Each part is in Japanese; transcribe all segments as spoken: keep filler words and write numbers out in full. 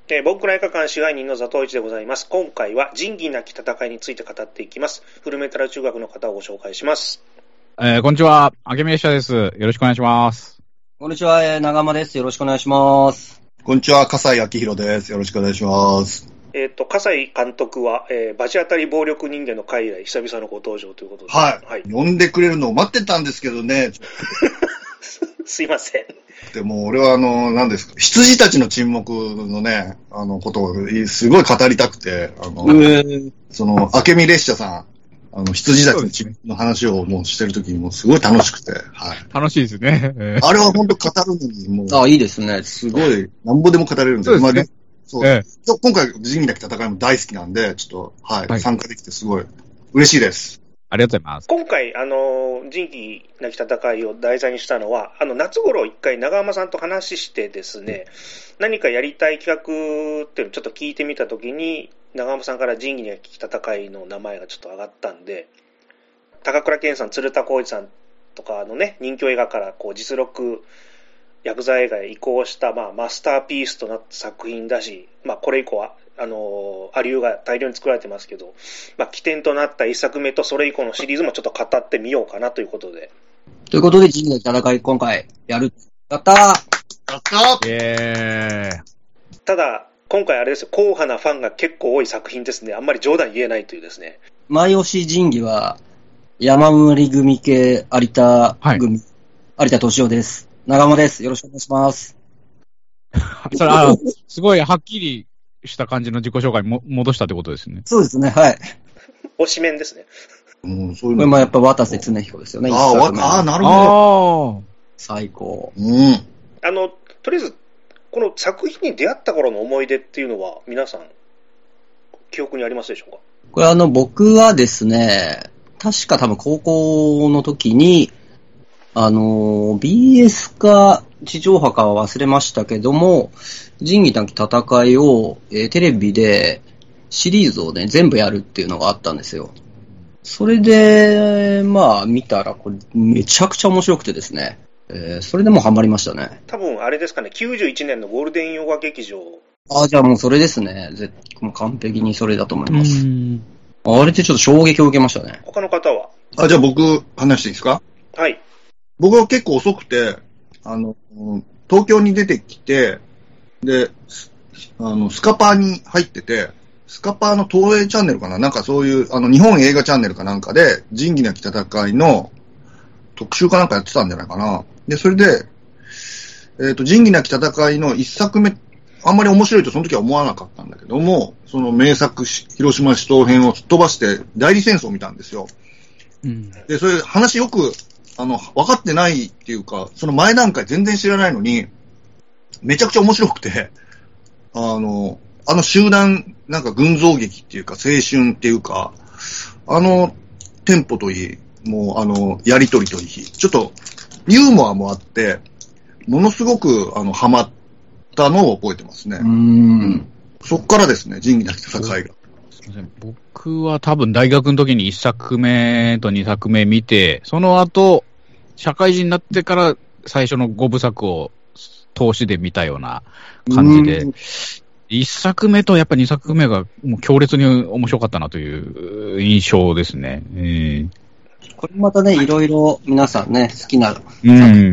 えー、ボンクラ映画館支配人の座頭市でございます。今回は仁義なき戦いについて語っていきます。フルメタル中学の方をご紹介します。 えー、こんにちは。あけみでしたです。よろしくお願いします。 こんにちは、えー、長間です。よろしくお願いします。 こんにちは、笠井明宏です。よろしくお願いします。 えっ、ー、と、笠井監督は、えー、バチ当たり暴力人間の回以来、久々のご登場ということで。 はい。はい、呼んでくれるのを待ってたんですけどね。 すいません。 でも俺はあの、何ですか、羊たちの沈黙のね、あのことをすごい語りたくて、あの、えー、その、明美列車さん、あの、羊たちの沈黙の話をもうしてるときにもうすごい楽しくて、はい。 楽しいですね。えー、 あれは本当語るのにもう、 あ、いいですね。 すごい、なんぼでも語れるんで、 そうですね。まあ、 そう、えー、今回、仁義なき戦いも大好きなんで、ちょっと、はい、はい、参加できてすごい嬉しいです。 ありがとうございます。 今回、あの、仁義なき戦いを題材にしたのは、あの、夏頃一回長浜さんと話してですね、何かやりたい企画っていうのをちょっと聞いてみたときに、長浜さんから仁義なき戦いの名前がちょっと上がったんで、高倉健さん、鶴田浩二さんとかのね、人気映画からこう実録、ヤクザ映画へ移行した、まあ、マスターピースとなった作品だし、まあ、これ以降は、あのー、アリューが大量に作られてますけど、まあ、起点となった一作目とそれ以降のシリーズもちょっと語ってみようかなということで。 ということで、仁義なき戦い、今回やる。やったーやったーイェーイ。 ただ、今回あれですよ、硬派なファンが結構多い作品ですね。あんまり冗談言えないというですね。 前押し仁義は、山森組系有田組、はい、有田敏夫です。長間です。よろしくお願いします。 それあすごいはっきりした感じの自己紹介にも戻したってことですね。 そうですね、はい。 推しメンですね。 うん、そういうの。これもやっぱ渡瀬恒彦ですよね。 ああ、なるほど。最高。 うん。 あの、とりあえず、この作品に出会った頃の思い出っていうのは、皆さん、記憶にありますでしょうか？ これあの、僕はですね、確か多分高校の時に、あの、ビーエス か地上波かは忘れましたけども、仁義なき戦いを、えー、テレビでシリーズをね、全部やるっていうのがあったんですよ。それで、まあ見たらこれめちゃくちゃ面白くてですね、えー、それでもうハマりましたね。 多分あれですかね、きゅうじゅういちねんのゴールデン洋画劇場。 ああ、じゃあもうそれですね。絶もう完璧にそれだと思います。うんあれってちょっと衝撃を受けましたね。 他の方は？ あ、じゃあ僕話していいですか？ はい。 僕は結構遅くて、あの、東京に出てきて、で、あの、スカパーに入ってて、スカパーの東映チャンネルかななんかそういう、あの、日本映画チャンネルかなんかで、仁義なき戦いの特集かなんかやってたんじゃないかな。で、それで、えっと、仁義なき戦いの一作目、あんまり面白いとその時は思わなかったんだけども、その名作、広島市東編をすっ飛ばして代理戦争を見たんですよ。うん、で、それ話よく、あの、分かってないっていうか、その前段階全然知らないのに、めちゃくちゃ面白くて、あの、あの集団、なんか群像劇っていうか、青春っていうか、あの、テンポといい、もうあの、やりとりといい、ちょっと、ユーモアもあって、ものすごく、あの、ハマったのを覚えてますね。うーん。そっからですね、仁義なき戦いが。 すみません。僕は多分大学の時にいっさくめとにさくめ見て、その後、社会人になってから最初のごぶさくを通しで見たような感じで、いっさくめとやっぱにさくめがもう強烈に面白かったなという印象ですね。えー、 これまたね、いろいろ皆さんね、好きな、 うん、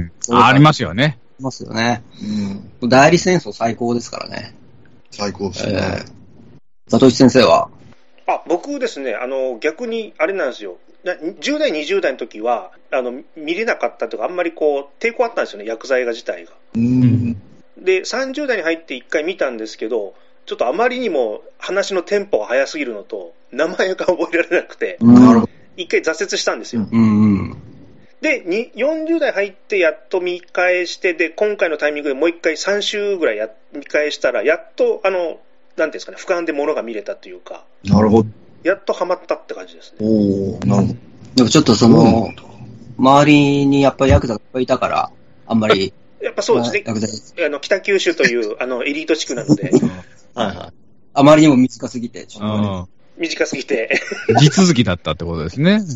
ありますよね。 ありますよね。うん、代理戦争最高ですからね。 最高ですね。えー、 ザトシ先生は？ あ、僕ですね、あの、逆にあれなんですよ。じゅう代、にじゅう代の時は、あの、見れなかったというか、あんまりこう、抵抗あったんですよね、薬剤映画自体が。うん。で、さんじゅう代に入って一回見たんですけど、ちょっとあまりにも話のテンポが速すぎるのと、名前が覚えられなくて、一回挫折したんですよ。うんうん、で、よんじゅう代入ってやっと見返して、で、今回のタイミングでもう一回さん週ぐらいや見返したら、やっと、あの、なんていうんですかね、俯瞰で物が見れたというか。 なるほど。 やっとハマったって感じですね。 おー、なるほど。 でもちょっとその、周りにやっぱりヤクザがいっぱいいたから、あんまり。 やっぱそうですね。あの、北九州というあのエリート地区なので。 はいはい。 あまりにも短すぎて、ちょっと、ね、 短すぎて。 地続きだったってことですね。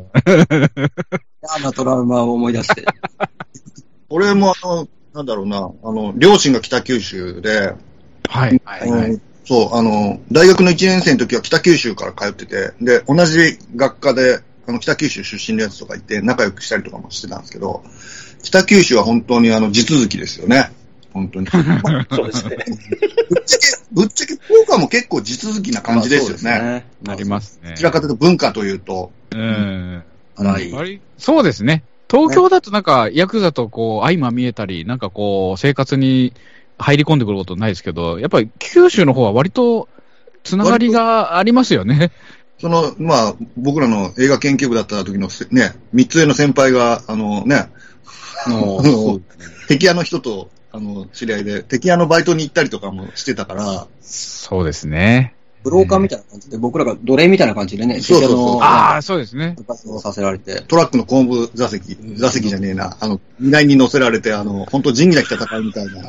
嫌なトラウマを思い出して。 俺もあの、なんだろうな、あの、両親が北九州で、 はい。はい。はい、 そう、あの、大学のいちねん生の時は北九州から通ってて、で、同じ学科で、あの、北九州出身のやつとかいて、仲良くしたりとかもしてたんですけど、北九州は本当にあの、地続きですよね。本当に。 そうですね。 ぶっちゃけ、ぶっちゃけ、福岡も結構地続きな感じですよね。 ねありますね。 どちらかというと文化というと。 うん。 はい。 そうですね。東京だとなんか、ヤクザとこう、相ま見えたり、なんかこう、生活に入り込んでくることないですけど、やっぱり九州の方は割と、つながりがありますよね。 その、まあ、僕らの映画研究部だった時のね、三つ上の先輩が、あのね、あの、敵屋の人と、あの、知り合いで、敵屋のバイトに行ったりとかもしてたから。 そうですね。 ブローカーみたいな感じで、僕らが奴隷みたいな感じでね、 そうそうそう。 ああ、そうですね。 させられて。 トラックの後部座席、座席じゃねえな、あの、荷台に乗せられて、あの、本当仁義なき戦いみたいな。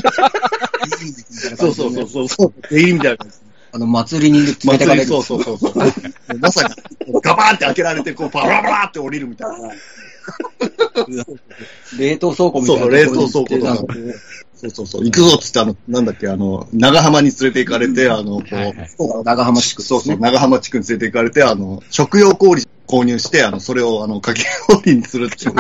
そうそうそうそうそう。出入りみたいな感じ。 あの、祭りに連れてかれる。 そうそうそうそう。まさに、ガバーンって開けられて、こう、バラバラって降りるみたいな。 冷凍倉庫みたいな。 そうそう、冷凍倉庫とか。そうそうそう。行くぞっつって、あの、なんだっけ、あの、長浜に連れて行かれて、あの、こう、長浜地区。 そうそう、長浜地区に連れて行かれて、あの、食用氷購入して、あの、それを、あの、かき氷にするっていう。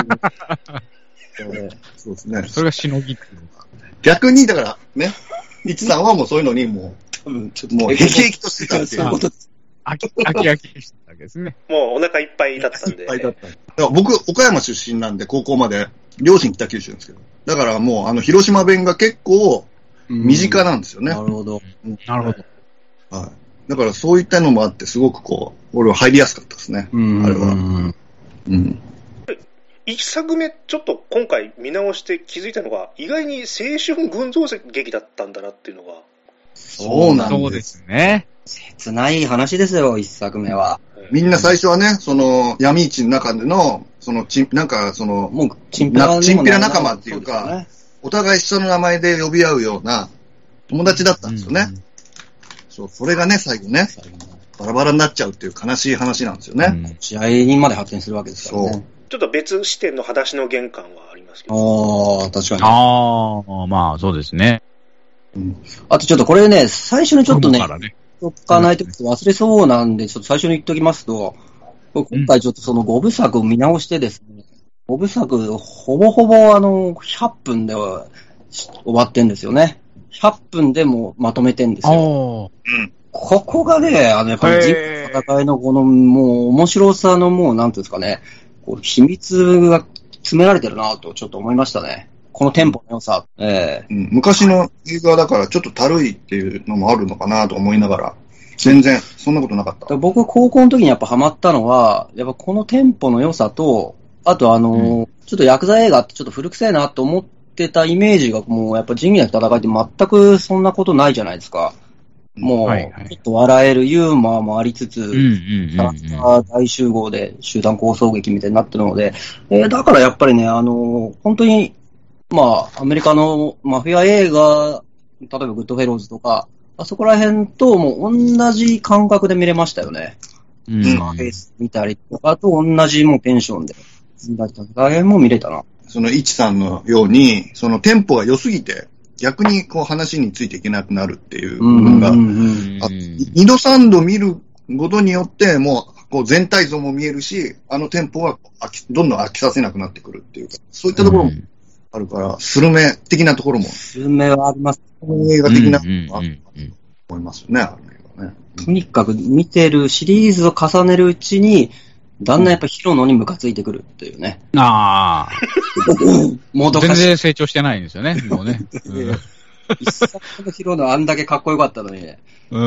そうですね。 それがしのぎっていう。 逆に、だから、ね、リチさんはもうそういうのに、もう、もう、へきへきとしてたっていう。 飽き、飽き飽きしてたわけですね。 もうお腹いっぱいだったんで。 いっぱいだった。だから僕、岡山出身なんで、高校まで、両親北九州なんですけど。だからもう、あの、広島弁が結構、身近なんですよね。 なるほど。 なるほど。 はい。だからそういったのもあって、すごくこう、俺は入りやすかったですね。 うん。 あれは。うん。 一作目、ちょっと今回見直して気づいたのが、意外に青春群像劇だったんだなっていうのが。 そうなんです。 そうですね。 切ない話ですよ、一作目は。 みんな最初はね、その闇市の中での、そのち、なんかその、 もうチンピラチンピラ仲間っていうか、ね、お互い下の名前で呼び合うような友達だったんですよね。うんうん、そう、それがね、最後ね、バラバラになっちゃうっていう悲しい話なんですよね。うん、 試合にまで発展するわけですからね。そう。 ちょっと別視点の裸足の玄関はありますけど。 ああ、確かに。 ああ、まあそうですね。 うん、あとちょっとこれね、最初にちょっとね、言っとかないと忘れそうなんで、ちょっと最初に言っときますと、今回ちょっとそのごぶ作を見直してですね、ごぶ作、ほぼほぼあの、ひゃっぷんでは終わってんですよね。ひゃっぷんでもまとめてんですよ。うん、ここがね、あの、やっぱり人の戦いのこの、もう面白さのもう、なんていうんですかね、こう秘密が詰められてるなとちょっと思いましたね。このテンポの良さ。えーうん、昔の映画だからちょっとたるいっていうのもあるのかなと思いながら、全然そんなことなかった。 僕高校の時にやっぱハマったのは、やっぱこのテンポの良さと、あとあの、うん、ちょっとヤクザ映画ってちょっと古臭いなと思ってたイメージがもうやっぱ仁義なき戦いって全くそんなことないじゃないですか。もう、はいはい、ちょっと笑えるユーモアもありつつ、キャラクター大集合で集団抗争劇みたいになってるので、えー、だからやっぱりね、あの、本当に、まあ、アメリカのマフィア映画、例えばグッドフェローズとか、あそこら辺ともう同じ感覚で見れましたよね。うん。スカーフェイス見たりとかと同じもうテンションで、大変も見れたな。 そのイチさんのように、そのテンポが良すぎて、逆にこう話についていけなくなるっていうのが、二度三度見ることによって、もうこう全体像も見えるし、あのテンポが飽きどんどん飽きさせなくなってくるっていうか、そういったところも、うんあるから、スルメ的なところも。 スルメはあります。 映画的なのは思いますよね、あの映画ね。 とにかく見てるシリーズを重ねるうちに、だんだんやっぱヒロノにムカついてくるっていうね。 ああ。もう全然成長してないんですよね、もうね。うん、 一作のヒロノあんだけかっこよかったのに、うん。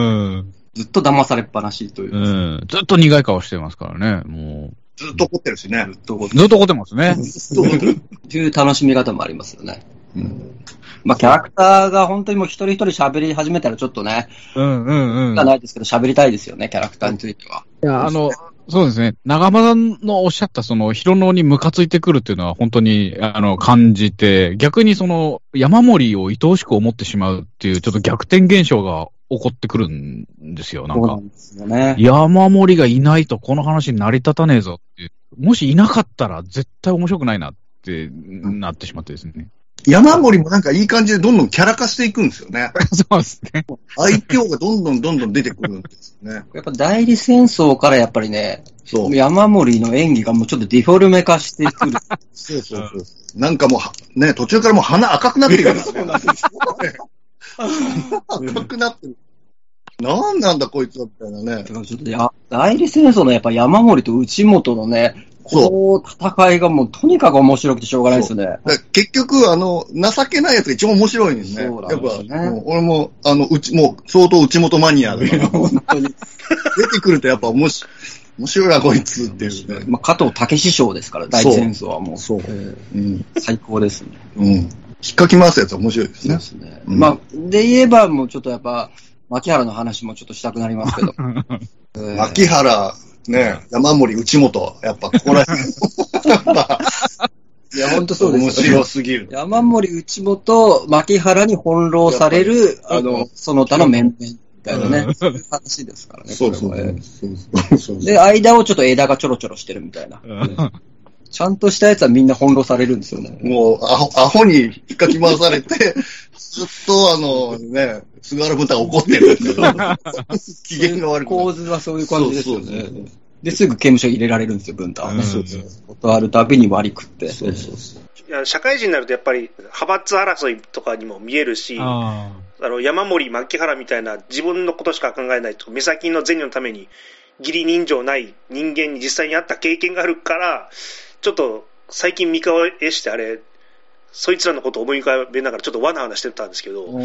ずっと騙されっぱなしという。 うん。ずっと苦い顔してますからね、もう。 ずっと怒ってるしね。 ずっと怒ってる。ずっと怒ってますね。ずっと怒ってる。 という楽しみ方もありますよね。うん。まあ、キャラクターが本当にもう一人一人喋り始めたらちょっとね。うんうんうん。がないですけど喋りたいですよね、キャラクターについては。 いや、あの、そうですね。長間さんのおっしゃったその、ヒロノにムカついてくるっていうのは本当に、あの、感じて、逆にその、山森を愛おしく思ってしまうっていう、ちょっと逆転現象が起こってくるんですよ、なんか。そうなんですよね。山森がいないとこの話成り立たねえぞって。もしいなかったら絶対面白くないなってなってしまってですね。 山森もなんかいい感じでどんどんキャラ化していくんですよね。 そうですね。 愛嬌がどんどんどんどん出てくるんですよね。 やっぱ代理戦争からやっぱりね、 そう。 山森の演技がもうちょっとディフォルメ化してくる。 そうそうそう。なんかもう、ね、途中からもう鼻赤くなってるんですよ。赤くなってる。なんなんだこいつはみたいなね。 ちょっとや代理戦争のやっぱ山森と内本のね、この戦いがもうとにかく面白くてしょうがないですね。 結局、あの、情けないやつが一番面白いんですね。 そうなんですね。 やっぱ、もう俺も、あの、うち、もう相当内本マニアだから、本当に。出てくるとやっぱ面白い。面白いな、こいつっていうね。 まあ、加藤武史賞ですから、大戦争はもう。 そう。 えーうん、最高ですね。 うん。引っかき回すやつは面白いですね。 そうですね。うん、まあ、で言えば、もうちょっとやっぱ、牧原の話もちょっとしたくなりますけど。 えー、牧原、ね、山森、内本、やっぱここら辺。やっぱいや、ほんとそうです。 面白すぎる。 山森、内本、牧原に翻弄される、あの、その他の面々。みたいなね、そういう話ですからね。 そうそうそう。で、間をちょっと枝がちょろちょろしてるみたいな。ちゃんとしたやつはみんな翻弄されるんですよね。 もう、アホ、アホに引っかき回されて、ずっとあの、ね、菅原文太が怒ってるんですけど、機嫌が悪くなる。 構図はそういう感じですよね。そうそうそうで、すぐ刑務所入れられるんですよ、文太はね。そうそう。断るたびに割り食って。そうそうそう。 いや、社会人になるとやっぱり派閥争いとかにも見えるし、ああの山森、牧原みたいな自分のことしか考えないと、目先の銭のために義理人情ない人間に実際に会った経験があるから、ちょっと最近見返してあれ、そいつらのことを思い浮かべながらちょっとわなわなしてたんですけど、うん、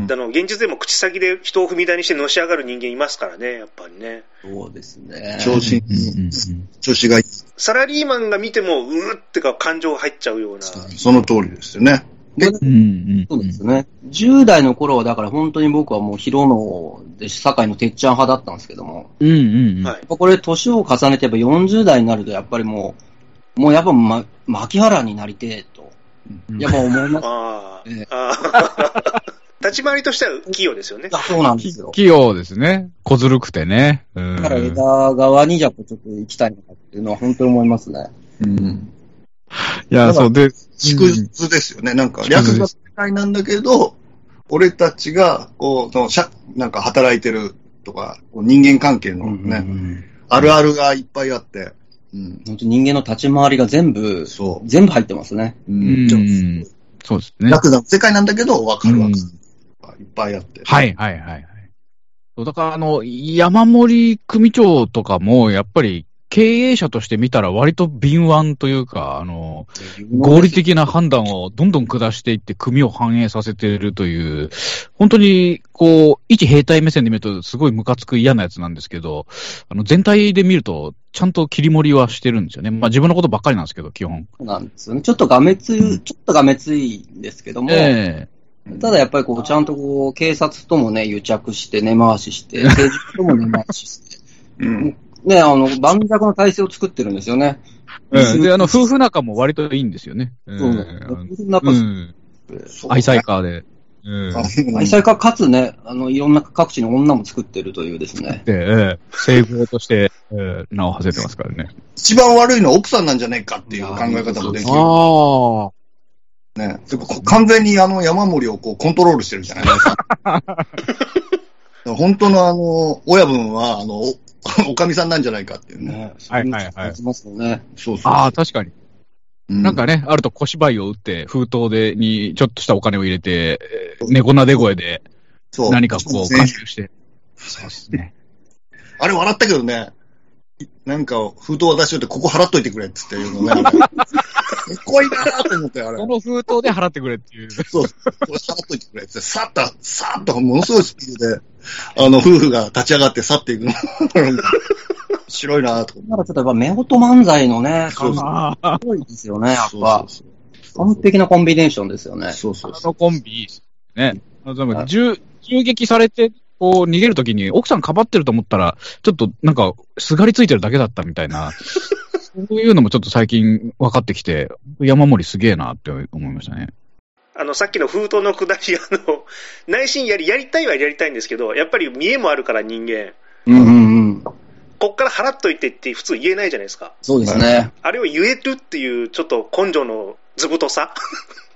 あの現実でも口先で人を踏み台にしてのし上がる人間いますからね、やっぱりね。 そうですね。 調子、調子がいい。 サラリーマンが見てもうーってか感情入っちゃうような。 その通りですよね。 そうですね。じゅう代の頃はだから本当に僕はもう広野で堺のてっちゃん派だったんですけども、うんうんうん、やっぱこれ年を重ねてやっぱよんじゅう代になるとやっぱりもうもうやっぱ、ま、牧原になりてえと。やっぱ思います。あえあ。立ち回りとしては器用ですよね。 そうなんですよ。 器用ですね。小ずるくてね。 うん。だから枝側にじゃちょっと行きたいのかっていうのは本当に思いますね。うん。 いや、そうで。 縮図ですよね。なんか、略が世界なんだけど、俺たちが、こう、そのしゃなんか働いてるとか、人間関係のね、うんうん、あるあるがいっぱいあって、 うん、本当人間の立ち回りが全部、そう。全部入ってますね。 うん。うん、そうですね。 ヤクザの世界なんだけど、わかるわかる。いっぱいあって。 はいはいはいはい。だからあの、山森組長とかも、やっぱり経営者として見たら割と敏腕というか、あの、合理的な判断をどんどん下していって組を反映させているという、本当にこう、一兵隊目線で見るとすごいムカつく嫌なやつなんですけど、あの、全体で見ると、ちゃんと切り盛りはしてるんですよね。まあ自分のことばっかりなんですけど、基本。 そうなんですよね。ちょっとがめつい、うん、ちょっとがめついんですけども、えー、ただやっぱりこう、ちゃんとこう、警察ともね、癒着して根回しして、政治とも根回しして、うん、ね、あの、盤石の体制を作ってるんですよね。 うん、で、あの、夫婦仲も割といいんですよね。そうなんです。夫婦仲、うん、愛妻家で。うん、 愛妻家かつね、あの、いろんな各地の女も作ってるというですね。 で、えー、西方として、えー、名を馳せてますからね。 一番悪いのは奥さんなんじゃないかっていう考え方もできる。ああ。ね、完全にあの山森をこうコントロールしてるじゃないですか。本当のあの、親分は、あの、お、おかみさんなんじゃないかっていうね。 はいはいはい。 ますよね。 そうそうそう。ああ、確かに。うん、なんかね、あると小芝居を打って、封筒で、にちょっとしたお金を入れて、猫なで声で、何かこう、回収して。そうですね。 あれ笑ったけどね、なんか封筒渡しといて、ここ払っといてくれって言って言うのね。すごいなーと思ってあれ。 この封筒で払ってくれっていう。 そう、これ払っといてくれって、さっと、さっと、ものすごいスピードで、あの、夫婦が立ち上がって去っていくの。白いなーと。 だからちょっとやっぱ、夫婦漫才のね、感想すごいですよね、やっぱ。そうそうそう完璧なコンビネーションですよね。 そうそうそう。あのコンビ、ね。銃、銃撃されて、こう、逃げるときに、奥さんかばってると思ったら、ちょっと、なんか、すがりついてるだけだったみたいな、そういうのもちょっと最近分かってきて、山森すげえなって思いましたね。 あの、さっきの封筒のくだり、あの、内心やり、やりたいはやりたいんですけど、やっぱり見栄もあるから人間。うんうんうん。こっから払っといてって普通言えないじゃないですか。 そうですね。 あれを言えるっていう、ちょっと根性のずぶとさ。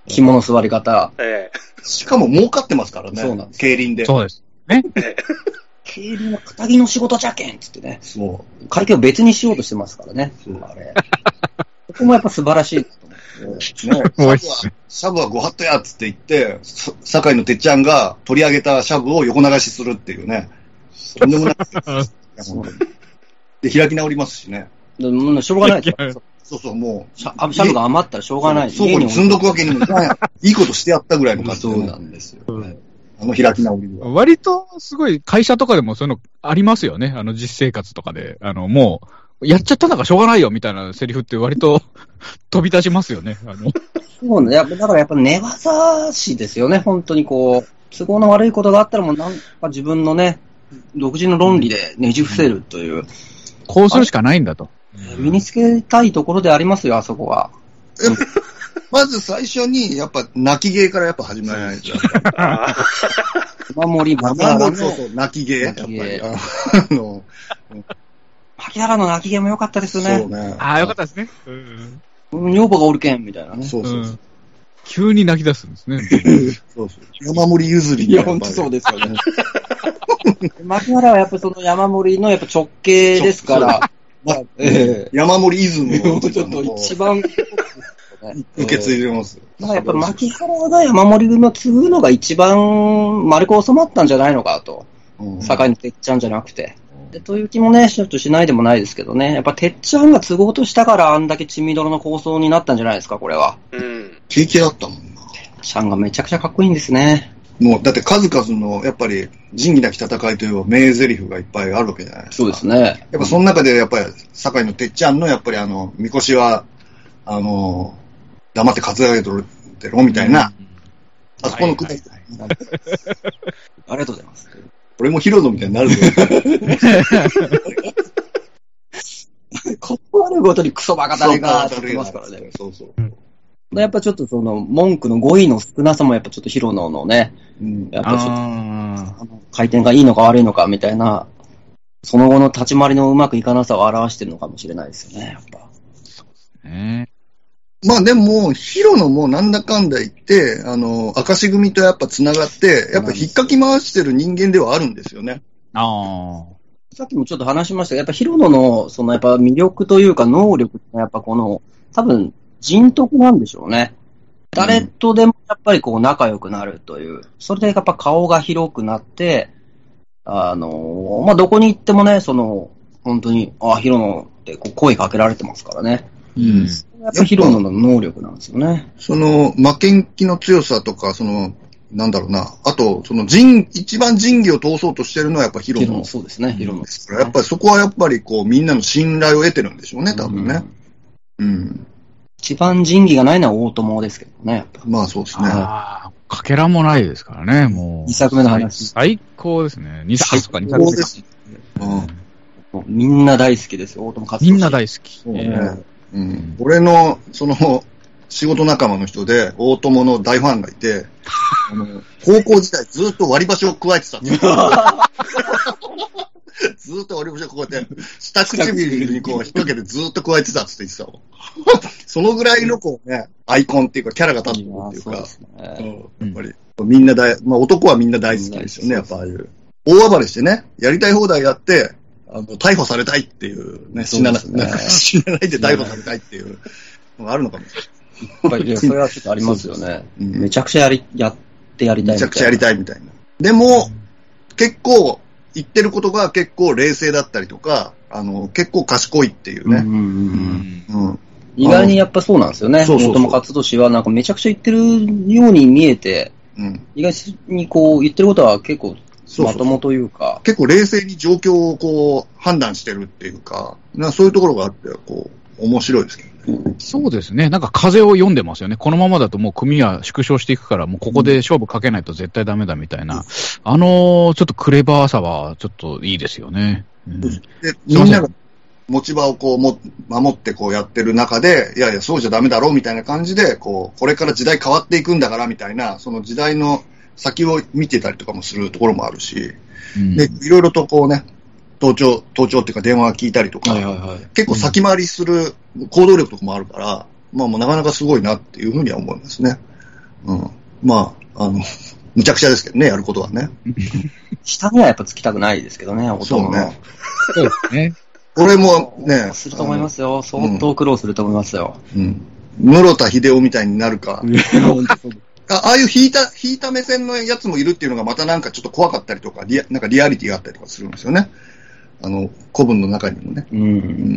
肝の座り方。 ええ、しかも儲かってますからね。 そうなんです。 競輪で。 そうです。ね。 競輪は肩着の仕事じゃけんっつってね。 そう。 会計を別にしようとしてますからね。そうあれ。そこもやっぱ素晴らしいと思う。 ね、シャブはご法度やっつって言って、堺のてっちゃんが取り上げたシャブを横流しするっていうね。とんでもない。で、開き直りますしね。 でもしょうがないです。 そうそう、もう。 シャブが余ったらしょうがない。 倉庫に積んどくわけにもいかない。いいことしてやったぐらいの感じ。 そうなんですよ。 あの開き直りは。 割とすごい会社とかでもそういうのありますよね。あの実生活とかで。あの、もう、やっちゃったんだからしょうがないよみたいなセリフって割と飛び出しますよね。あのそうね。だからやっぱ寝技師ですよね。本当にこう、都合の悪いことがあったらもうなんか自分のね、独自の論理でねじ伏せるという。 こうするしかないんだと。 身につけたいところでありますよ、あそこは。 まず最初に、やっぱ、泣き芸からやっぱ始まらないと。 守り、 牧原の、そうそう、泣き芸。やっぱり。あの、 牧原の泣き芸も良かったですよね。 そうね。 ああ、良かったですね。 うん。女房がおるけん、みたいなね。 そうそうそう。 急に泣き出すんですね。 そうそう。山盛り譲り。 いや、ほんとそうですよね。牧原はやっぱその山盛りのやっぱ直系ですから、 まあえー、山盛りイズムをちょっと一番受け継いでます。 だからやっぱ牧原が山盛り組を継ぐのが一番丸く収まったんじゃないのかと。うん、堺のてっちゃんじゃなくて。でという気もね、ちょっとしないでもないですけどね。やっぱてっちゃんが継ごうとしたからあんだけ血みどろの構想になったんじゃないですか、これは。 うん。 経験だったもんな。てっちゃんがめちゃくちゃかっこいいんですね。 もう、だって数々の、やっぱり、仁義なき戦いという名台詞がいっぱいあるわけじゃないですか。 そうですね。 やっぱその中で、やっぱり、堺のてっちゃんの、やっぱりあの、みこしは、あの、黙って担がれてるみたいな、うん、あそこのくらい。 ありがとうございます。 俺もヒロドみたいになるぞ。 断るごとにクソバカだねがってますからね。そうそう。やっぱちょっとその文句の語彙の少なさもやっぱちょっとヒロノのね、うん、やっぱちょっとあの回転がいいのか悪いのかみたいな、その後の立ち回りのうまくいかなさを表してるのかもしれないですよね、やっぱ。そうですね。 まあでも、ヒロノもなんだかんだ言って、あの、明石組とやっぱ繋がって、やっぱ引っかき回してる人間ではあるんですよね。 ああ。さっきもちょっと話しましたが、やっぱヒロノの、そのやっぱ魅力というか能力ってやっぱこの、多分、人徳なんでしょうね。誰とでもやっぱりこう仲良くなるという。それでやっぱ顔が広くなって、あの、まあ、どこに行ってもね、その、本当に、あ、ヒロノってこう声かけられてますからね。うん。やっぱヒロノの能力なんですよね。 その、負けん気の強さとか、その、なんだろうな。あと、その人、一番仁義を通そうとしてるのはやっぱヒロノ。 そうですね、ヒロノですから。やっぱりそこはやっぱりこう、みんなの信頼を得てるんでしょうね、多分ね。うん。うん一番仁義がないのは大友ですけどね。 まあそうですね。 ああ、かけらもないですからね、もう。 二作目の話。 最高ですね。二作とか二作目です。 うん。みんな大好きですよ、大友克みんな大好き。 そうね。うん。俺の、その、仕事仲間の人で、大友の大ファンがいて、あの、高校時代ずっと割り箸を加えてたんですよ。ずーっと割り箸をこうやって、下唇にこう引っ掛けてずーっと加えてたって言ってたもん。そのぐらいのこうね、アイコンっていうかキャラが立ってるっていうか、やっぱり、みんな大、まあ男はみんな大好きですよね、やっぱああいう。大暴れしてね、やりたい放題やって、あの、逮捕されたいっていうね、死なない、ね、死なないで逮捕されたいっていうのがあるのかもしれない。 やっぱり、それはちょっとありますよね。うん、めちゃくちゃやり、やってやりたいみたいな。 めちゃくちゃやりたいみたいな。でも、結構、言ってることが結構冷静だったりとか、あの、結構賢いっていうね。うんうんうんうん、意外にやっぱそうなんですよね。そうそうそう。大友克俊はなんかめちゃくちゃ言ってるように見えて、うん、意外にこう言ってることは結構まともというか。そうそう結構冷静に状況をこう判断してるっていうか、なそういうところがあって、こう、面白いですけどね。 うん、そうですね。なんか風を読んでますよね。このままだともう組は縮小していくから、もうここで勝負かけないと絶対ダメだみたいな。うん、あのー、ちょっとクレバーさはちょっといいですよね。うん、 でみんなが持ち場をこうも守ってこうやってる中で、いやいやそうじゃダメだろうみたいな感じで、こう、これから時代変わっていくんだからみたいな、その時代の先を見てたりとかもするところもあるし、うん、で、いろいろとこうね、盗聴、盗聴っていうか電話聞いたりとか、はいはいはい、結構先回りする行動力とかもあるから、うん、まあもうなかなかすごいなっていうふうには思いますね。 うん。まあ、あの、むちゃくちゃですけどね、やることはね。 下にはやっぱつきたくないですけどね、 そうね。 そうですね。 俺もね。 すると思いますよ。相当苦労すると思いますよ。 うん。室田秀夫みたいになるか。あ, ああいう引いた、引いた目線のやつもいるっていうのがまたなんかちょっと怖かったりとか、リアなんかリアリティがあったりとかするんですよね。あの、古文の中にもね。 うん。うん、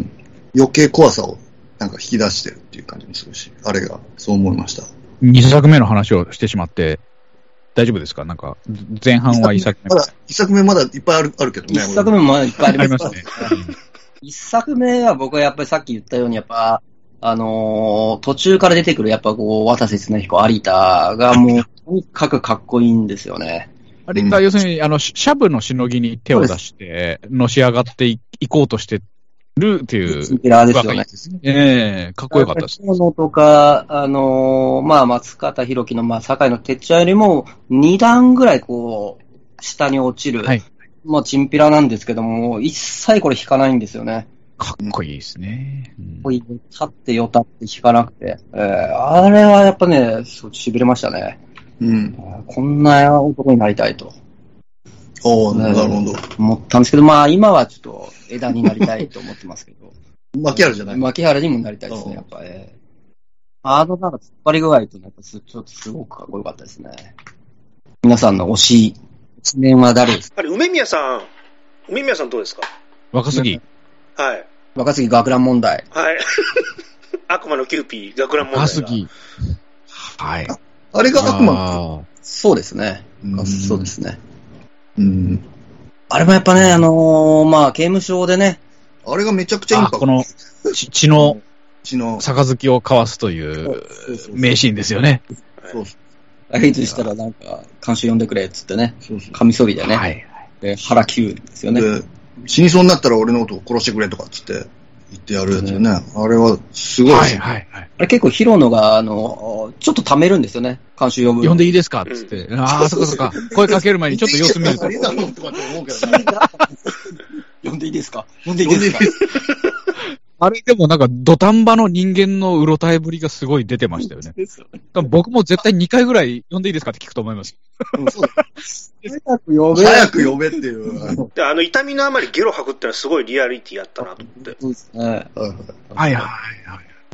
余計怖さをなんか引き出してるっていう感じもするし、あれがそう思いました。 にさくめの話をしてしまって、大丈夫ですか？なんか、前半はいっさくめ。 まだ、いっさくめまだいっぱいある、あるけどね。 いっさくめもまだいっぱいあります。 ありますね。 いっさくめは僕はやっぱりさっき言ったように、やっぱ、あのー、途中から出てくるやっぱこう、渡瀬恒彦、有田がもう、とにかくかっこいいんですよね。 有田、要するに、あの、シャブのしのぎに手を出して、のし上がっていこうとしてるっていう。 チンピラですよね。 ええー、かっこよかったです。 河野とか、あのー、まあ、松方弘樹の、まあ、堺のてっちゃんよりも、に段ぐらいこう、下に落ちる。はい。まあ、チンピラなんですけども、一切これ引かないんですよね。 かっこいいですね。 かっこいい。立ってよたって引かなくて。えー、あれはやっぱね、すごい痺れましたね。 うん。 こんな男になりたいと。 おー、なるほど。 思ったんですけど、まあ、今はちょっと枝になりたいと思ってますけど。 牧原じゃない牧原にもなりたいですね、やっぱり。えー、あのなんか突っ張り具合と、やっぱちょっとすごくかっこよかったですね。皆さんの推し、一面は誰ですか？ あれ、梅宮さん、梅宮さんどうですか？ 若杉。 はい。 若杉学ラン問題。 はい。悪魔のキューピー、学ラン問題。 若杉。はい。 あ, あれが悪魔。 そうですね。そうですね。 うん。 あれもやっぱね、あのー、まあ、刑務所でね。 あれがめちゃくちゃインパクト。 この、血の、 血の、 杯を交わすという名シーンですよね。 そうそう。あいつしたらなんか、監修呼んでくれっつってね。そうそう。髪剃りでね。はい。で、腹切るんですよね。 で、死にそうになったら俺のことを殺してくれとかっつって言ってやるやつよね。ね、あれはすごいですね。はいはいはい。 あれ結構ヒロノが、あの、ちょっと溜めるんですよね。監修呼ぶ。 呼んでいいですかっつって。うん、ああ、そっかそっか。声かける前にちょっと様子見ると。 呼んでいいですか呼んでいいですかあれでもなんか土壇場の人間のうろたえぶりがすごい出てましたよね。僕も絶対にかいぐらい呼んでいいですかって聞くと思います。うん、そう早く呼べ。 早く呼べっていう。 で、あの痛みのあまりゲロ吐くってのはすごいリアリティやったなと思って。そうですね。はいはいはい。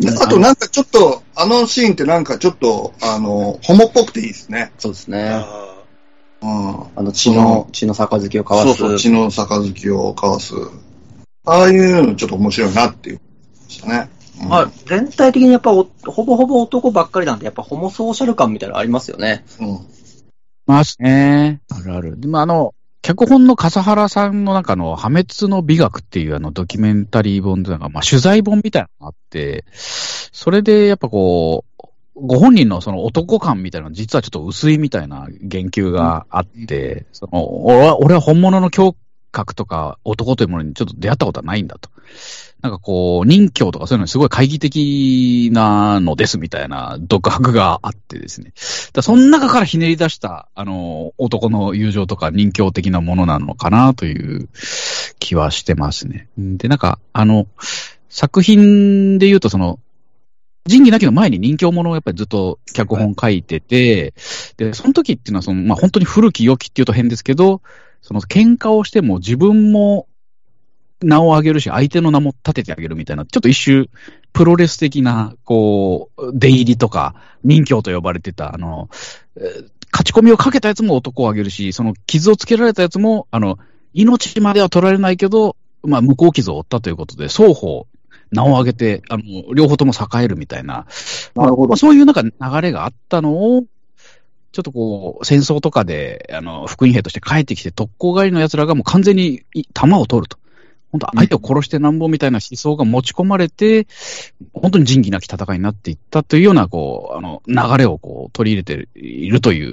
あとなんかちょっと、あのシーンってなんかちょっと、あの、ホモっぽくていいですね。 そうですね。あうん、あの血の、血の杯を交わす。 そうそう、血の杯を交わす。ああいうのちょっと面白いなっていうしたね。 うん、まあ、全体的にやっぱほぼほぼ男ばっかりなんで、やっぱホモソーシャル感みたいなのありますよね。 うん。ますね。あるある。でもあの、脚本の笠原さんの中の破滅の美学っていうあのドキュメンタリー本というか、まあ取材本みたいなのがあって、それでやっぱこう、ご本人のその男感みたいなの実はちょっと薄いみたいな言及があって、うん、その俺は、俺は本物の胸郭とか男というものにちょっと出会ったことはないんだと。なんかこう、任侠とかそういうのにすごい懐疑的なのですみたいな独白があってですね。だその中からひねり出した、あの、男の友情とか任侠的なものなのかなという気はしてますね。で、なんか、あの、作品で言うとその、仁義なきの前に任侠ものをやっぱりずっと脚本書いてて、で、その時っていうのはその、まあ本当に古き良きっていうと変ですけど、その喧嘩をしても自分も名を上げるし、相手の名も立ててあげるみたいな、ちょっと一種、プロレス的な、こう、出入りとか、任侠と呼ばれてた、あの、えー、勝ち込みをかけたやつも男を上げるし、その傷をつけられたやつも、あの、命までは取られないけど、まあ、無効傷を負ったということで、双方、名を上げて、あの、両方とも栄えるみたいな、なるほど。まあ、そういうなんか流れがあったのを、ちょっとこう、戦争とかで、あの、復員兵として帰ってきて、特攻帰りの奴らがもう完全に弾を取ると。本当相手を殺してなんぼみたいな思想が持ち込まれて、本当に仁義なき戦いになっていったというような、こう、あの、流れをこう、取り入れているという、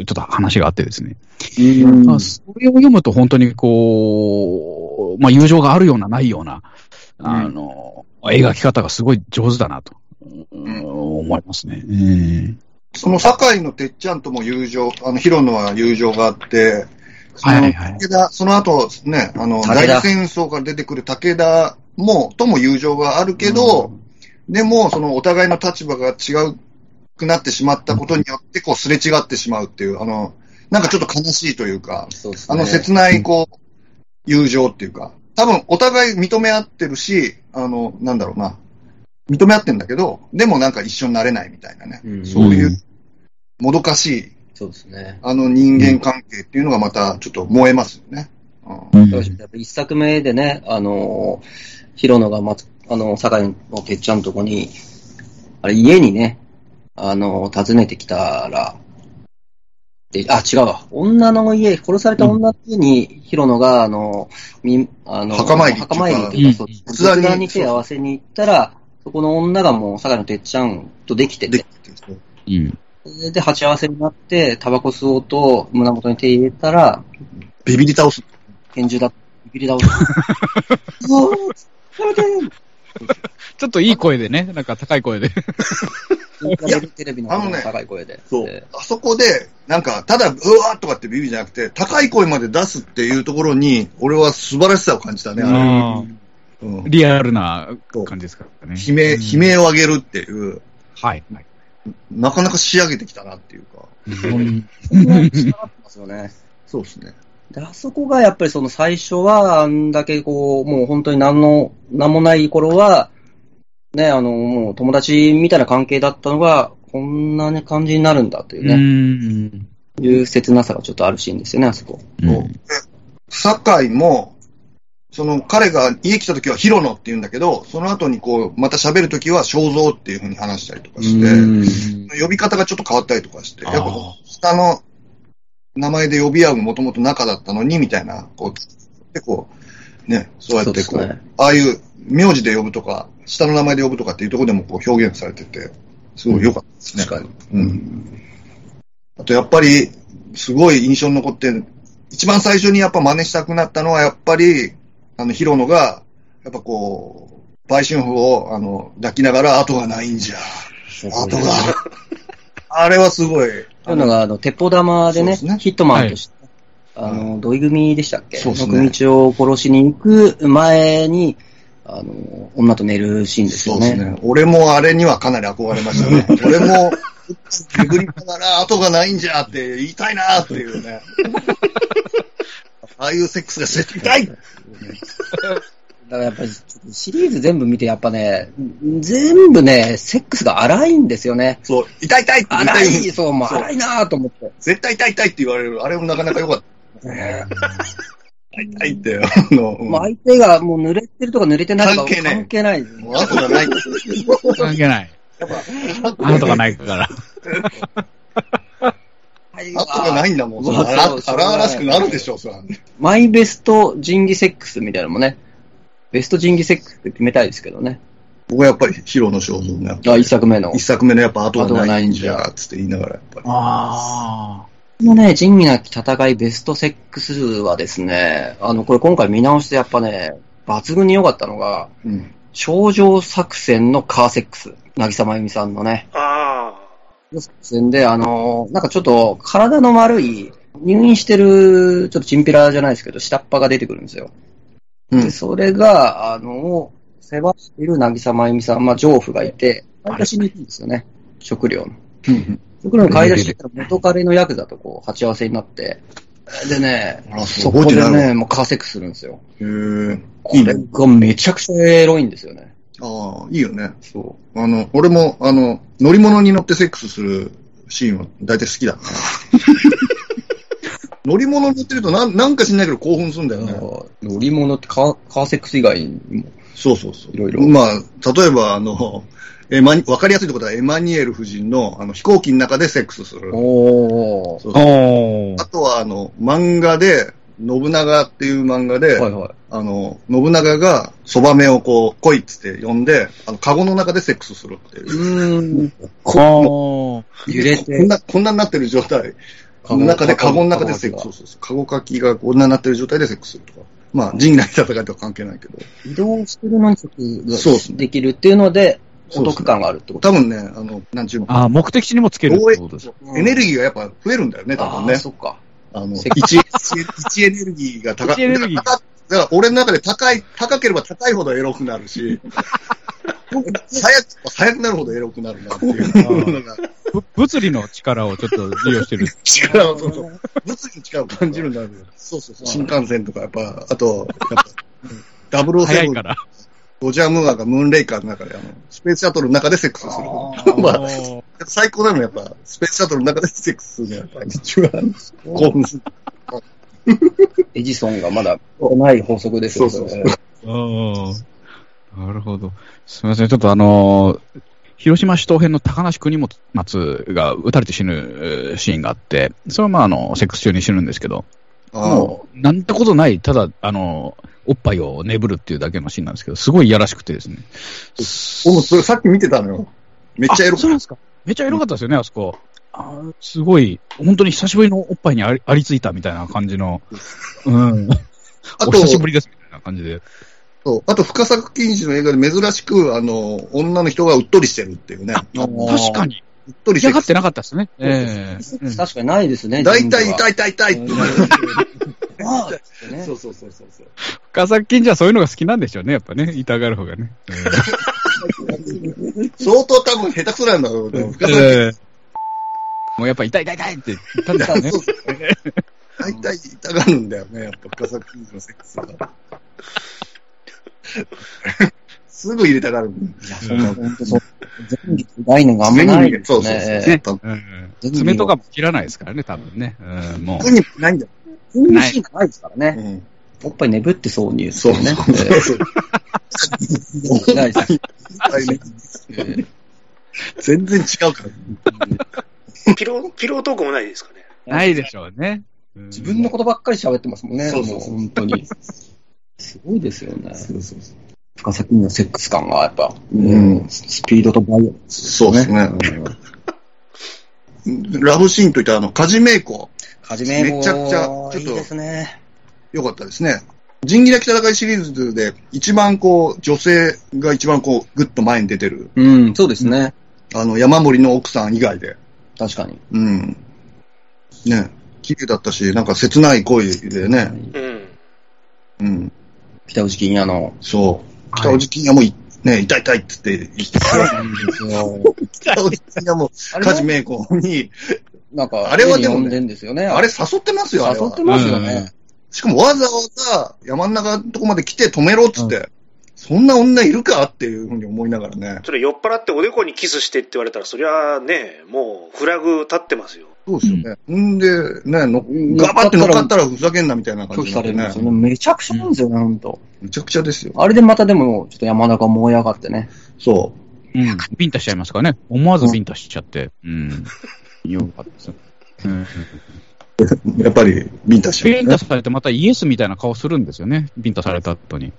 ちょっと話があってですね。うんまあ、それを読むと本当にこう、まあ、友情があるような、ないような、あの、うん、描き方がすごい上手だなと、うん、思いますね。うんその堺のてっちゃんとも友情、あの、ヒロノは友情があって、はいはい、武田、その後ね、あの、大戦争から出てくる武田も、とも友情があるけど、うん、でも、そのお互いの立場が違うくなってしまったことによって、こう、すれ違ってしまうっていう、あの、なんかちょっと悲しいというか、 そうですね、 あの、切ない、こう、友情っていうか、多分、お互い認め合ってるし、あの、なんだろうな、認め合ってんだけど、でもなんか一緒になれないみたいなね、うん、そういう、もどかしい、 そうですね。 あの人間関係っていうのがまたちょっと燃えますよね。 うん、やっぱ一作目でね、あの、ヒロノがま、あの、堺のてっちゃんのとこに、あれ家にね、あの、訪ねてきたら、で、あ、違うわ。女の家、殺された女の家に、ヒロノが、あの、み、あの、 墓参り。 墓参りっていうか、そう、仏壇に手を合わせに行ったら、そこの女がもう、堺のてっちゃんとできてて、 うん。 で、鉢合わせになって、タバコ吸おうと胸元に手入れたら、 ビビり倒す。 拳銃だ。ビビり倒す。うわー、やめてー。 ちょっといい声でね、なんか高い声で。 テレビの高い声で。 そう。あそこで、なんか、ただ、うわーとかってビビりじゃなくて、高い声まで出すっていうところに、俺は素晴らしさを感じたね、あれ。うん、リアルな感じですからね。 悲鳴、悲鳴を上げるっていう。 はい。はい、 なかなか仕上げてきたなっていうか。 うん。ますよね。 そうですね。 で、あそこがやっぱりその最初は、あんだけこう、もう本当に何の、何もない頃は、ね、あの、もう友達みたいな関係だったのが、こんなね、感じになるんだというね。うん。いう切なさがちょっとあるシーンですよね、あそこ。 うん。堺も、その彼が家来た時はヒロノって言うんだけど、その後にこう、また喋る時は正蔵っていう風に話したりとかして、呼び方がちょっと変わったりとかして、やっぱ下の名前で呼び合うのもともと仲だったのに、みたいな、こう、でこう、ね、そうやってこう、うね、ああいう名字で呼ぶとか、下の名前で呼ぶとかっていうところでもこう表現されてて、すごい良かったですね。 確かに。 うん。あとやっぱり、すごい印象に残って、一番最初にやっぱ真似したくなったのは、やっぱり、あの、ヒロノが、やっぱこう、売春婦を、あの、抱きながら、後がないんじゃ。後が。あれはすごい。 そういうのが、あの、鉄砲玉でね、でねヒットマンとして、はい、あの、土井組でしたっけ？そうですね。組長を殺しに行く前に、あの、女と寝るシーンですよね。そうですね。 俺もあれにはかなり憧れましたね。俺も、巡りながら、後がないんじゃって言いたいなっていうね。ああいうセックスが絶対痛いだからやっぱりシリーズ全部見てやっぱね、全部ね、セックスが荒いんですよね。 そう、痛い痛いって荒い、そう、もう荒いなぁと思って。 絶対痛い痛いって言われる。あれもなかなか良かった。ね、痛い痛いって。あの、 うん、もう相手がもう濡れてるとか濡れてないとか関係ない。関係ない。 もう後がない。 関係ない。やっぱ、後がないから。 後がないんだもん。荒々しくなるでしょ、それ。 マイベスト仁義セックスみたいなのもね、ベスト仁義セックスって決めたいですけどね。 僕はやっぱりヒロの肖像ね。 あ、一作目の。 一作目のやっぱ後がないんじゃ、つって言いながらやっぱり。 ああ。このね、仁義なき戦いベストセックスはですね、あの、これ今回見直してやっぱね、抜群に良かったのが、うん、頂上作戦のカーセックス。渚真由美さんのね。 ああ。 作戦で、あの、なんかちょっと体の丸い、入院してる、ちょっとチンピラじゃないですけど、下っ端が出てくるんですよ。うん、で、それが、あの、世話している渚真由美さん、まあ、上夫がいて、買い出しに行くんですよね。食料の。食料の買い出しって元彼のヤクザとこう、鉢合わせになって、でね、そこでね、もうカーセックスするんですよ。 へー。 これがめちゃくちゃエロいんですよね。 ああ、いいよね。そう。あの、俺も、あの、乗り物に乗ってセックスするシーンは大体好きだ。乗り物に乗ってるとなん、なんか知んないけど興奮するんだよね。 乗り物ってカー、カーセックス以外にも。 そうそうそう。いろいろ。まあ、例えば、あの、エマニ、わかりやすいところはエマニュエル夫人の、あの、飛行機の中でセックスする。 おー。 そうそうおー。あとは、あの、漫画で、信長っていう漫画で、はいはい、あの、信長がそばめをこう、来いっつって呼んで、あの、カゴの中でセックスするっていう。 うーん。こう、揺れて。 こんな、こんなになってる状態。の中で、カゴの中でセックスをする。カゴかきがこんなになってる状態でセックスするとか。まあ、陣内戦いとは関係ないけど。 移動してるのにセックスができるっていうので、お得感があるってこと多分ね、あの、なんちゅうの。 ああ、目的地にもつけるってことです。 エネルギーがやっぱ増えるんだよね、多分ね。 ああ、そっか。 あの、一、一エネルギーが高い。 エネルギー。 だから俺の中で高い、高ければ高いほどエロくなるし、 早く、早くなるほどエロくなるなっていうのが。 物理の力をちょっと利用してる。 力を、そうそう。物理の力を感じるんだよ。そうそうそう。新幹線とか、やっぱ、あと、やっぱ、ダブルオーセブン。ロジャー・ムーアがムーンレイカーの中で、あの、スペースシャトルの中でセックスする。まあ、最高なのはやっぱ、スペースシャトルの中でセックスするのがやっぱ一番興奮する。 エジソンがまだない法則ですよね。そうそうそう。なるほど。すみません。ちょっとあのー、広島市東編の高梨国松が撃たれて死ぬシーンがあって、それはまああの、セックス中に死ぬんですけど、もう、なんてことない、ただ、あの、おっぱいを眠るっていうだけのシーンなんですけど、すごいいやらしくてですね。 おもそれさっき見てたのよ。めっちゃエロかった。 そうなんですか。めっちゃエロかったですよね、あそこ。あすごい、本当に久しぶりのおっぱいにあり、ありついたみたいな感じの、うん。あと、お久しぶりですみたいな感じで。 そう。あと、深作欣一の映画で珍しく、あの、女の人がうっとりしてるっていうね。 確かに。 うっとりしてる。 嫌がってなかったですね。ええー、確かにないですね。 大体痛い痛い痛いってなる。 そうそうそうそう。 深作欣一はそういうのが好きなんでしょうね、やっぱね。痛がる方がね。えー、相当多分下手くそなんだろうね。深作えー、もうやっぱ痛い痛い痛いって言ったんだよね。 大体痛がるんだよね、やっぱ深作欣一のセックスが。すぐ入れたがる。 いや、そんな、ほんとそう。前儀ないのがあんまないですね。 そうそうそう。 爪とかも切らないですからね、多分ね。うん、もう。 特にないんだよ。 そういうシーンないですからね。おっぱい眠ってそうに言うそうね。そうそう。 ないです。 全然違うから。 ピロ、ピロートークもないですかね。 ないでしょうね。 自分のことばっかり喋ってますもんね。 そうそうそう。 本当に。すごいですよね。そうそうそう。深作のセックス感がやっぱ、うん、スピードとバイオ、 そうですね。ラブシーンといったあの、カジメイコ。 カジメイコ。 めちゃくちゃ、ちょっと、 いいですね。 よかったですね。仁義なき戦いシリーズで、一番こう、女性が一番こう、ぐっと前に出てる。 うん、そうですね。 あの、山森の奥さん以外で。 確かに。 うん。ね。綺麗だったし、なんか切ない恋でね。 うん。 うん。 北内金也の。 そう。北内金也もい、ね、痛い痛いって言って言ってた。そうなんですよ。北内金也も、カジメイコに、 なんか、 あれはでも、 ね、ですよね。 あれ誘ってますよ、あれは。 誘ってますよね。 しかもわざわざ山ん中のとこまで来て止めろっつって、うん、そんな女いるかっていうふうに思いながらね。 それ酔っ払っておでこにキスしてって言われたら、そりゃね、もうフラグ立ってますよ。 そうですよね。んで、ね、のガバって乗っかったらふざけんなみたいな感じで、ね。 拒否されるんですよね。めちゃくちゃなんですよね、ほんと。 めちゃくちゃですよ。 あれでまたでも、ちょっと山中燃え上がってね。 そう。 うん。ビンタしちゃいますからね。思わずビンタしちゃって。うん。よかったですよ。うんやっぱり、ビンタしちゃう、ね。 ビンタされてまたイエスみたいな顔するんですよね。ビンタされた後に。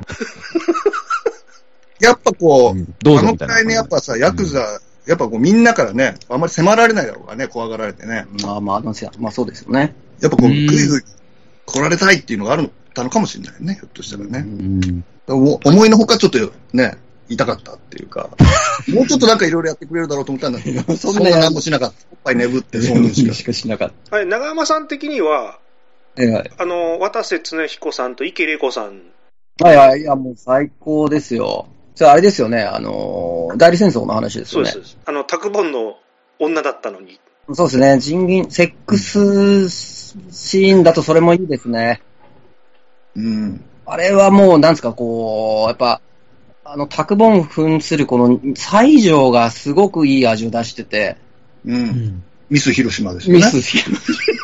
やっぱこう、うん、 どうあのくらいね、やっぱさ、ヤクザ、うん、やっぱこうみんなからね、あんまり迫られないだろうからね、怖がられてね。 まあまあ、まあそうですよね。 やっぱこう、グイグイ来られたいっていうのがあるたのかもしれないね、ひょっとしたらね。うん、思いのほかちょっとね、痛かったっていうか、もうちょっとなんかいろいろやってくれるだろうと思ったんだけど、そんな何もしなかった。おっぱい眠って、 そんなしかしなかった。 はい、長山さん的には、 はいはい、 あの、渡瀬恒彦さんと池玲子さん。 はいはい、いや、もう最高ですよ。じゃああれですよね、あの、代理戦争の話ですよね。 そうです。あの、タクボンの女だったのに。 そうですね、人銀、セックスシーンだとそれもいいですね。 うん。 あれはもう、なんですか、こう、やっぱ、あの、タクボン扮するこの西条がすごくいい味を出してて。 うん。うん、ミス広島ですよね。 ミス広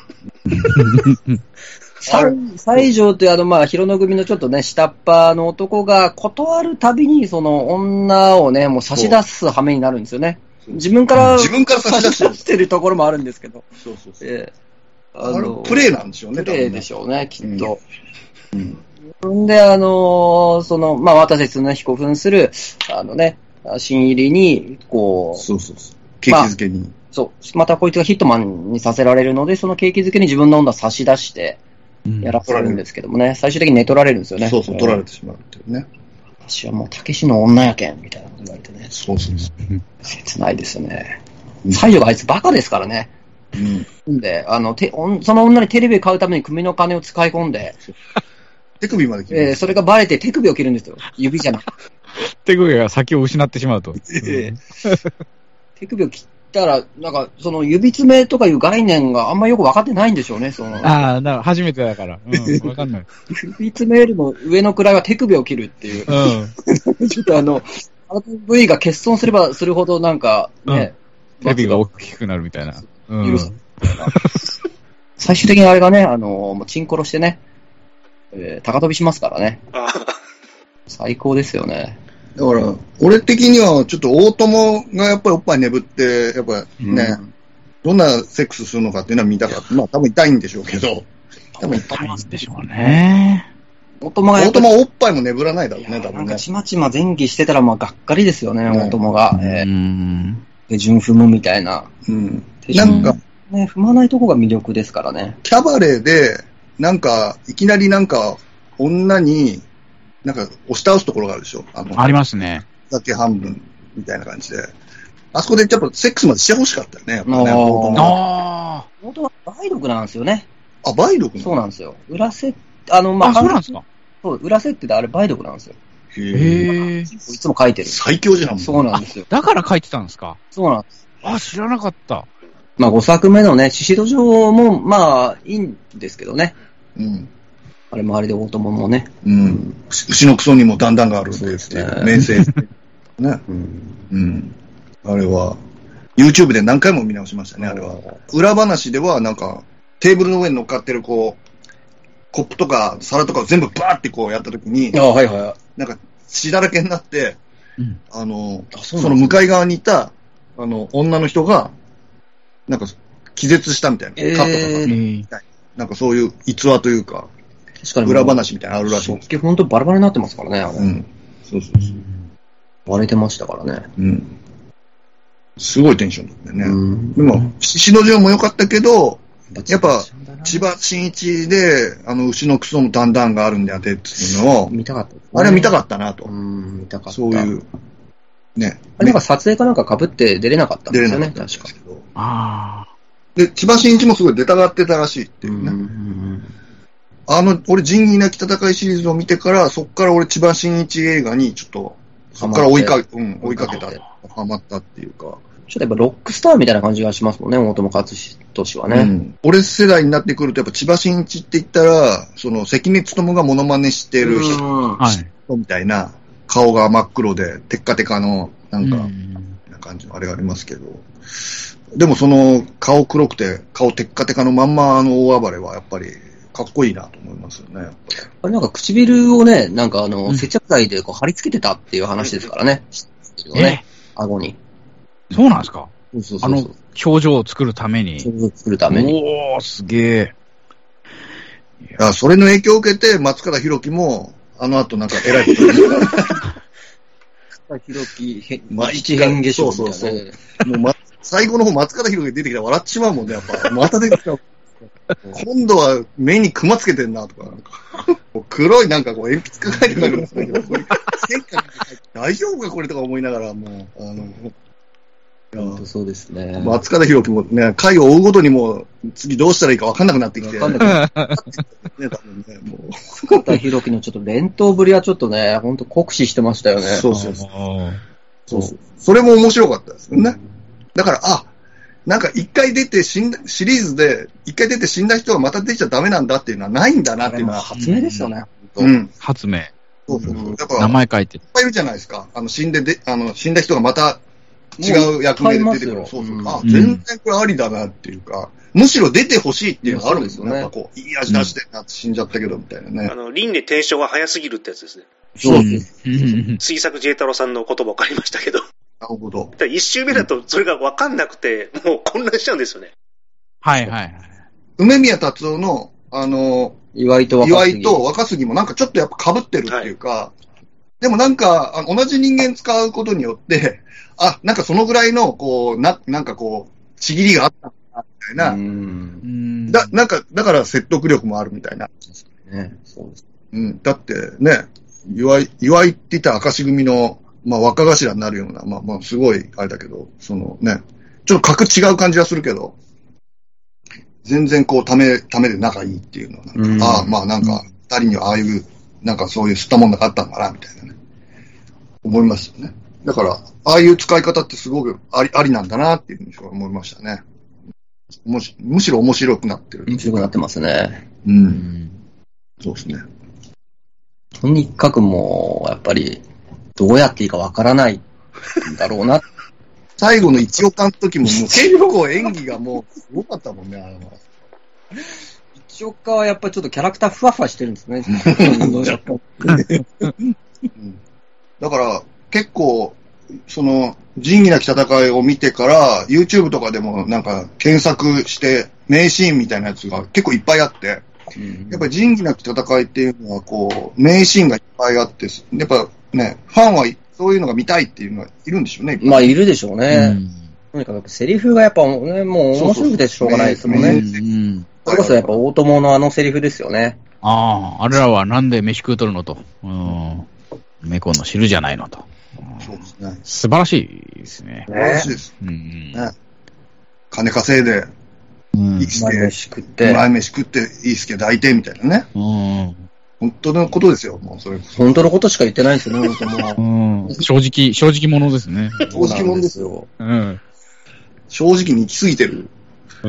島。西条というあの、まあ、広野組のちょっとね、下っ端の男が断るたびに、その女をね、もう差し出す羽目になるんですよね。自分から、 自分から差し出してるところもあるんですけど。 そうそうそう。 えー、あのプレーなんでしょうね、 プレーでしょうね、きっと。 うん。うんんで、あのー、その、まあ、渡瀬恒彦扮する、あのね、新入りに、こう、 そうそうそう。景気づけに、まあ。 そう。またこいつがヒットマンにさせられるので、その景気づけに自分の女を差し出して、やらせるんですけどもね、うん、最終的に寝取られるんですよね。 そうそう、取られてしまうっていうね。 私はもう、たけしの女やけん、みたいなこと言われてね。 そうそうそう。 切ないですよね。西条があいつバカですからね。うん。で、あの、てその女にテレビ買うために組の金を使い込んで、 手首まで切る。 えー、それがバレて手首を切るんですよ。指じゃなくて。 手首が先を失ってしまうと。 ええ手首を切ったら、なんか、その指爪とかいう概念があんまよく分かってないんでしょうね、その。 ああ、だから初めてだから。うん、わかんない。 指爪よりも上の位は手首を切るっていう。うん。ちょっとあの、部位が欠損すればするほどなんかね、 うん、手首が大きくなるみたいな。うん、 最終的にあれがね、あの、もうチンコロしてね、えー、高飛びしますからね。最高ですよね。 だから、俺的にはちょっと大友がやっぱりおっぱい眠って、やっぱりね、うん、どんなセックスするのかっていうのは見たかった。まあ多分痛いんでしょうけど。 多分痛いんでしょうね。 大友が大友はおっぱいも眠らないだろうね、多分ね。 なんかちまちま前戯してたらまあがっかりですよね、大友が。えー、手順踏むみたいな。 うん。なんか、 ね、踏まないとこが魅力ですからね。 キャバレーで、なんか、いきなりなんか、女に、なんか、押し倒すところがあるでしょ。あのありますね。 だけ半分、みたいな感じで。あそこでやっぱセックスまでしてほしかったよね、やっぱね。 ああ。本当は梅毒なんですよね。 あ、梅毒そうなんですよ。裏設、あの、まあ、 あ、そうなんですか。 そう、裏設定であれ梅毒なんですよ。 へえ。 いつも書いてる。 最強じゃん。 そうなんですよ。 だから書いてたんですか。 そうなんです。 あ、知らなかった。 まあ、ごさくめのね、獅子戸城も、まあ、いいんですけどね。 うん。 あれもあれで大友もね。 うん。牛のクソにも段々があるんですっていう、名声。ね。うん。うん。あれは、YouTube で何回も見直しましたね、あれは。裏話では、なんか、テーブルの上に乗っかってる、こう、コップとか皿とかを全部バーってこうやったときに、 あ、はいはい。 なんか血だらけになって、うん、あの、 あ、 そ, その向かい側にいた、あの、女の人が、なんか気絶したみたいな、えー、カットされたみたいな、なんかそういう逸話というか、確かに裏話みたいなのあるらしい。 食器ほんとバラバラになってますからね、あれ。 うん。そうそうそう。 割れてましたからね。 うん。すごいテンションだったよね。うん、でも、獅子城も良かったけど、やっぱ、千葉真一で、あの、牛のクソの段々があるんだってっていうのを、 見たかった、ね。 あれは見たかったなと。 うん、見たかった。 そういう、ね。 あれなんか撮影かなんか被って出れなかったんですよね、確か。 ああ。 で、千葉真一もすごい出たがってたらしいっていうね。うん、あの、俺、仁義なき戦いシリーズを見てから、そっから俺、千葉真一映画にちょっと、そっから追いか、うん、追いかけた、ハマったっていうか。 ちょっとやっぱロックスターみたいな感じがしますもんね、大友克俊はね、うん。 俺世代になってくると、やっぱ千葉真一って言ったら、その関根勤がモノマネしてる人みたいな、顔が真っ黒で、テッカテカの、なんか、な感じのあれがありますけど。でもその、顔黒くて、顔テッカテカのまんまの大暴れは、やっぱり、かっこいいなと思いますよね。 あれなんか唇をね、なんかあの、うん、接着剤でこう貼り付けてたっていう話ですからね。ね、顎に。 そうなんですか？ そうそうそうそう。 あの、表情を作るために。 表情を作るために。 おー、すげえ。 いや、それの影響を受けて、松方弘樹も、あの後なんか偉いことに。 松方弘樹、一変化粧みたいな。そうそうそう。 もう、ま、最後の方松方弘樹出てきたら笑っちまうもんね、やっぱ。また出てきた。今度は目にクマつけてんなとか、なんか黒いなんかこう鉛筆抱えてるんですけど、大丈夫かこれとか思いながら、もう、あの、 本当そうですね。 松方弘樹もね、回を追うごとにもう、次どうしたらいいか分かんなくなってきて。分かんなくなってきて。ね、多分ね、もう。 松方弘樹のちょっと連投ぶりはちょっとね、ほんと酷使してましたよね。 そうそうそう。そうそう。それも面白かったですよね。うん、だから、あ、なんか一回出て死んだ、シリーズで一回出て死んだ人がまた出ちゃダメなんだっていうのはないんだなっていうのは。 発明ですよね。 うん。発明。 そうそうそう。 だから名前書いて。いっぱいいるじゃないですか。あの、死んでで、あの、死んだ人がまた違う役名で出てくる。そうそう。うん、あ、全然これありだなっていうか、むしろ出てほしいっていうのがあるんですよね。やっぱこう、いい味出してんなって死んじゃったけどみたいなね。 あの、輪廻転生が早すぎるってやつですね。 そうです。 杉作 J 太郎さんの言葉分かりましたけど。 なるほど。 一周目だとそれが分かんなくて、もう混乱しちゃうんですよね。 はいはいはい。 梅宮達夫の、あの、 岩井と若杉。 岩井と若杉もなんかちょっとやっぱ被ってるっていうか、はい、でもなんか、あの同じ人間使うことによって、あ、なんかそのぐらいの、こう、な、なんかこう、ちぎりがあったんだ、みたいな。うん。だ、なんか、だから説得力もあるみたいな。 ね、そうです。 うん。だってね、岩井、岩井って言ったら明石組の、まあ若頭になるような、まあまあすごい、あれだけど、そのね、ちょっと格違う感じはするけど、全然こう、ため、ためで仲いいっていうのはなんか、ああ、まあなんか、二人にはああいう、なんかそういう吸ったもんがあったんだな、みたいなね。 思いますよね。だから、ああいう使い方ってすごくあり、ありなんだなっていうふうに思いましたね。もしむしろ面白くなってる。 面白くなってますね。 うん。うん、そうですね。 とにかくもう、やっぱり、どうやっていいかわからないんだろうな。 最後の一岡の時も、もう結構演技がもう、すごかったもんね、あれは。 一岡はやっぱりちょっとキャラクターふわふわしてるんですね。 だから、結構、その、仁義なき戦いを見てから、YouTube とかでもなんか検索して、名シーンみたいなやつが結構いっぱいあって、うん、やっぱり仁義なき戦いっていうのは、こう、名シーンがいっぱいあって、やっぱね、ファンはそういうのが見たいっていうのはいるんでしょうね。 まあ、いるでしょうね。うん、とにかくセリフがやっぱね、もう面白くてしょうがないですもんね。そうそうそう、うん、それこそやっぱ大友のあのセリフですよね。 ああ、あれらはなんで飯食うとるのと。うん。猫の汁じゃないのと。 そうですね。 素晴らしいですね。 素晴らしいです。うんね、金稼いで、 うん、いいすけ、前飯食って、 前飯食って、いいすけ抱いてみたいなね。うん。本当のことですよ、もうそれ。 本当のことしか言ってないですよね、本当もう。うん。正直、正直者ですね。 正直者ですよ。うん。正直に行き過ぎてる。うん。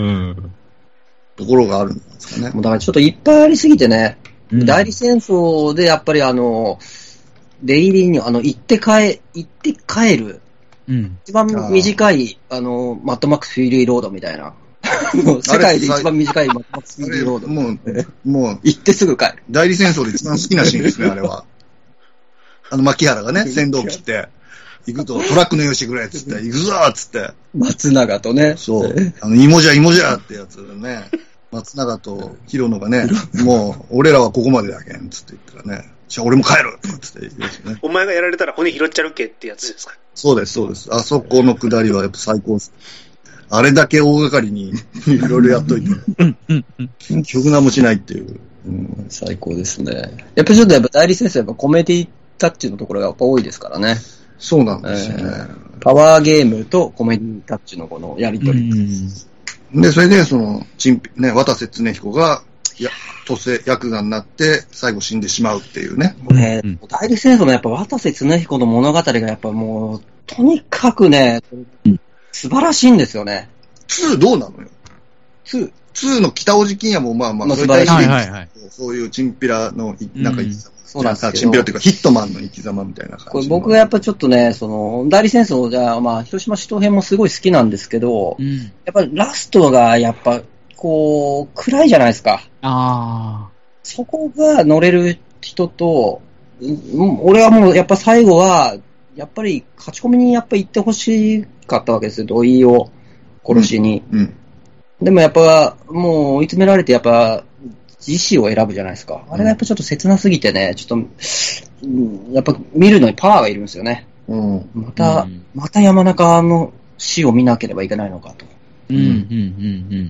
ところがあるんですかね。 もうだからちょっといっぱいありすぎてね、うん、代理戦争でやっぱりあの、デイリーに、あの、行って帰、行って帰る。うん。一番短い、あの、マッドマックスフィーリーロードみたいな。もう世界で一番短いマッドマックスフィーリーロード。 もう、もう、 行ってすぐ帰る。 代理戦争で一番好きなシーンですね、あれは。あの、牧原がね、先導切って、行くと、トラックの用紙ぐらいっつって、行くぞーっつって。 松永とね。 そう。あの、芋じゃ芋じゃってやつね。松永と広野がね、もう、俺らはここまでだけん、つって言ったらね。じゃあ俺も帰るとかつって言うんですよね。 お前がやられたら骨拾っちゃうけってやつですか。 そうです、そうです。あそこの下りはやっぱ最高です。あれだけ大掛かりにいろいろやっといて、結局何もしないっていう、 うん。最高ですね。やっぱちょっとやっぱ代理戦争やっぱコメディタッチのところがやっぱ多いですからね。 そうなんですよね。えー、パワーゲームとコメディタッチのこのやりとり。 で、それでその、チンピ、ね、渡瀬恒彦が、いや、都政、ヤクザになって、最後死んでしまうっていうね。 ね、うん、代理戦争のやっぱ渡瀬恒彦の物語がやっぱもう、とにかくね、うん、素晴らしいんですよね。 ツーどうなのよ ? ツー。 ツーの北尾路金也もまあまあ、 素晴らしい。 はいはいはい、 そういうチンピラの、なんか、うん、 そうなんですよ。 チンピラっていうかヒットマンの生き様みたいな感じ。 これ僕がやっぱちょっとね、その、代理戦争じゃあ、まあ、広島市東編もすごい好きなんですけど、うん、やっぱりラストがやっぱ、こう、暗いじゃないですか。ああ。そこが乗れる人と、俺はもうやっぱ最後は、やっぱり勝ち込みにやっぱ行ってほしかったわけですよ、土井を殺しに。うんうん、でもやっぱ、もう追い詰められてやっぱ、自死を選ぶじゃないですか。あれがやっぱちょっと切なすぎてね、ちょっと、やっぱ見るのにパワーがいるんですよね。うん、また、うん、また山中の死を見なければいけないのかと。うん、うん、うん、うん。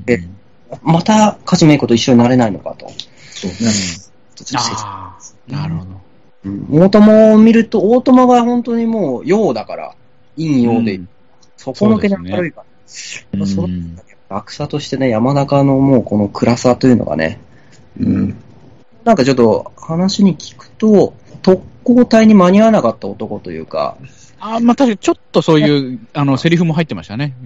で、また勝ちめいこと一緒になれないのかと。そうね。うん、ああ、なるほど。うん、大友を見ると、大友が本当にもう陽だから、陰陽で、うん、底抜けで明るいから。ね、その落差としてね、山中のもうこの暗さというのがね、うん、なんかちょっと話に聞くと、特攻隊に間に合わなかった男というか、 あまあ、確かにちょっとそういう、あの、セリフも入ってましたね。うん。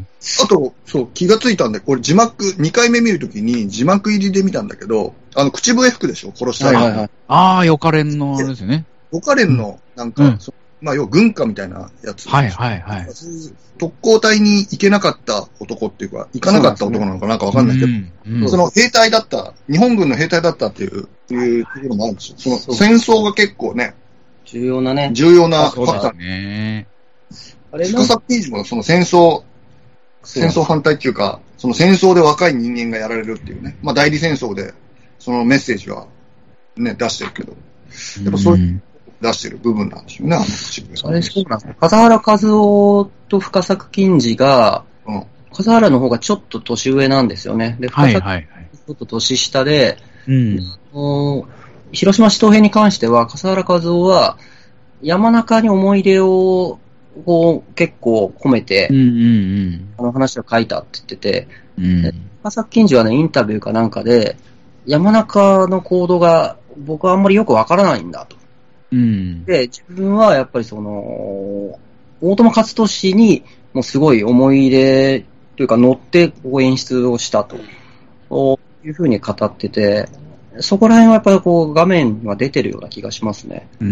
あと、そう、気がついたんで、これ字幕、にかいめ見るときに字幕入りで見たんだけど、あの、口笛吹くでしょ殺したら。はいはいはい。 ああ、ヨカレンのあれですよね。 ヨカレンの、なんか、うん、まあ、要は軍歌みたいなやつ。 はいはいはい。 特攻隊に行けなかった男っていうか、行かなかった男なのかなんかわかんないけど、うんうん、その兵隊だった、日本軍の兵隊だったっていう、いうところもあるんですよ。その戦争が結構ね、 重要なね。 重要なファクター。ね。あれ深作刑事もその戦争、戦争反対っていうか、その戦争で若い人間がやられるっていうね。まあ代理戦争でそのメッセージはね、出してるけど、やっぱそういう出してる部分なんでしょうね、あの口笛さん。 あれそうなんですね。笠原和夫と深作金次が、うん、笠原の方がちょっと年上なんですよね。で、深作ちょっと年下で、はいはいはい、広島市東編に関しては、笠原和夫は、山中に思い入れを、こう、結構込めて、うんうんうん、あの話を書いたって言ってて、うん、深作金次はね、インタビューかなんかで、山中の行動が僕はあんまりよくわからないんだと。 うん。 で、自分はやっぱりその、大友克俊にもうすごい思い入れというか乗ってこう演出をしたというふうに語ってて、そこら辺はやっぱりこう画面が出てるような気がしますね。 うん。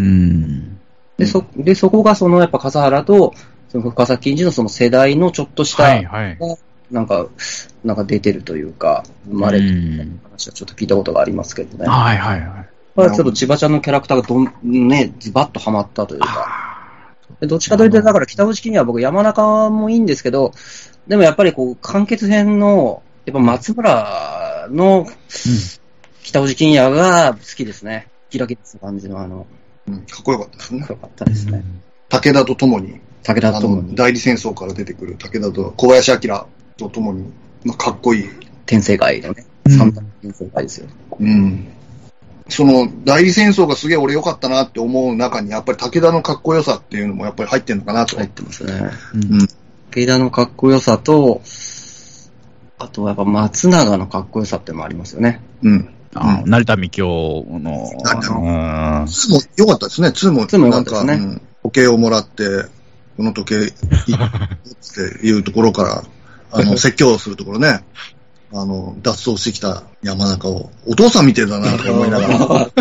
で、そ、で、そこがそのやっぱ笠原と、その深崎金次のその世代のちょっとした、 はいはい、 なんか、なんか出てるというか、生まれてる話はちょっと聞いたことがありますけどね。 はいはいはい。 まあ、ちょっと千葉ちゃんのキャラクターがどん、ね、ズバッとハマったというか。でどっちかというと、だから北内金には僕山中もいいんですけど、でもやっぱりこう、完結編の、やっぱ松村の北内金也が好きですね。キラキラした感じのあの、 うん、かっこよかったですね。 かっこよかったですね。 武田と共に、 武田と共に。 代理戦争から出てくる武田と小林明と共に、まあ、かっこいい。 天聖会のね、三段天聖会ですよ。 うん。その、代理戦争がすげえ俺良かったなって思う中に、やっぱり武田のかっこよさっていうのもやっぱり入ってんのかなと。 入ってますね。 うん。 武田のかっこよさと、あとはやっぱ松永のかっこよさってのもありますよね。 うん。 あ、うん、成田未京の。 うん。ツーも良かったですね。ツーも。 ツーも良かったですね。うん、 時計をもらって、この時計、っていうところから、あの、説教をするところね。あの、脱走してきた山中を、お父さんみてえだなと思いながら。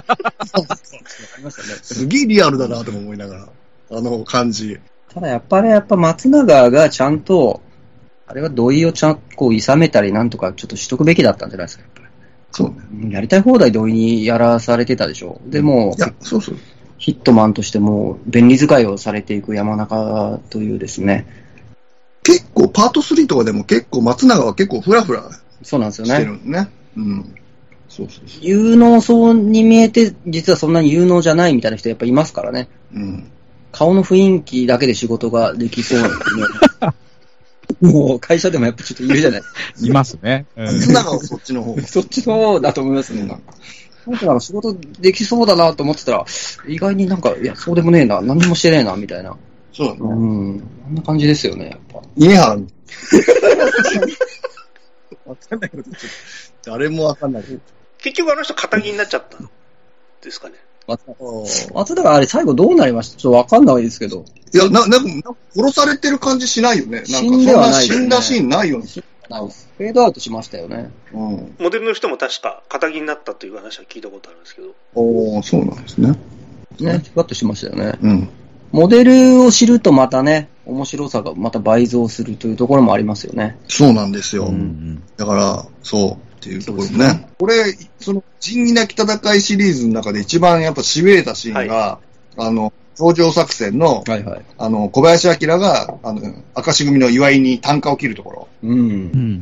すげえリアルだなと思いながら。あの感じ。 ただやっぱりやっぱ松永がちゃんと、あれは土井をちゃんとこう、いさめたりなんとかちょっとしとくべきだったんじゃないですか、やっぱり。 そうね。 やりたい放題土井にやらされてたでしょ。でも、 いや、そうそう。 ヒットマンとしても便利使いをされていく山中というですね。 結構パートスリーとかでも結構松永は結構フラフラそうなんですよね。 してるんね。うん。そうそうそう。 有能そうに見えて、実はそんなに有能じゃないみたいな人やっぱいますからね。 うん。 顔の雰囲気だけで仕事ができそうなんですね。もう会社でもやっぱちょっといるじゃない。 いますね。 松永はそっちの方。 そっちの方だと思いますね。なんかなんか仕事できそうだなと思ってたら、意外になんか、いや、そうでもねえな、何もしてねえな、みたいな。 そうだね。 うん。こんな感じですよね、やっぱ。 家原。わかんないけど、ちょっと、誰もわかんない。 結局あの人、仇になっちゃったんですかね。 松田があれ、最後どうなりました？ちょっとわかんないですけど。 いや、な、なんか、殺されてる感じしないよね。なんか、そんな死んだシーンないよね。 フェードアウトしましたよね。 うん。 モデルの人も確か、仇になったという話は聞いたことあるんですけど。 おー、そうなんですね。 ね、ふわっとしましたよね。 うん。 モデルを知るとまたね、面白さがまた倍増するというところもありますよね。 そうなんですよ。 うん、 だから、そうっていうところもね。これ、その、仁義なき戦いシリーズの中で一番やっぱ痺れたシーンが、はい、あの、頂上作戦の、はいはい、あの、小林明が、あの、明石組の祝いに単価を切るところ。 うん。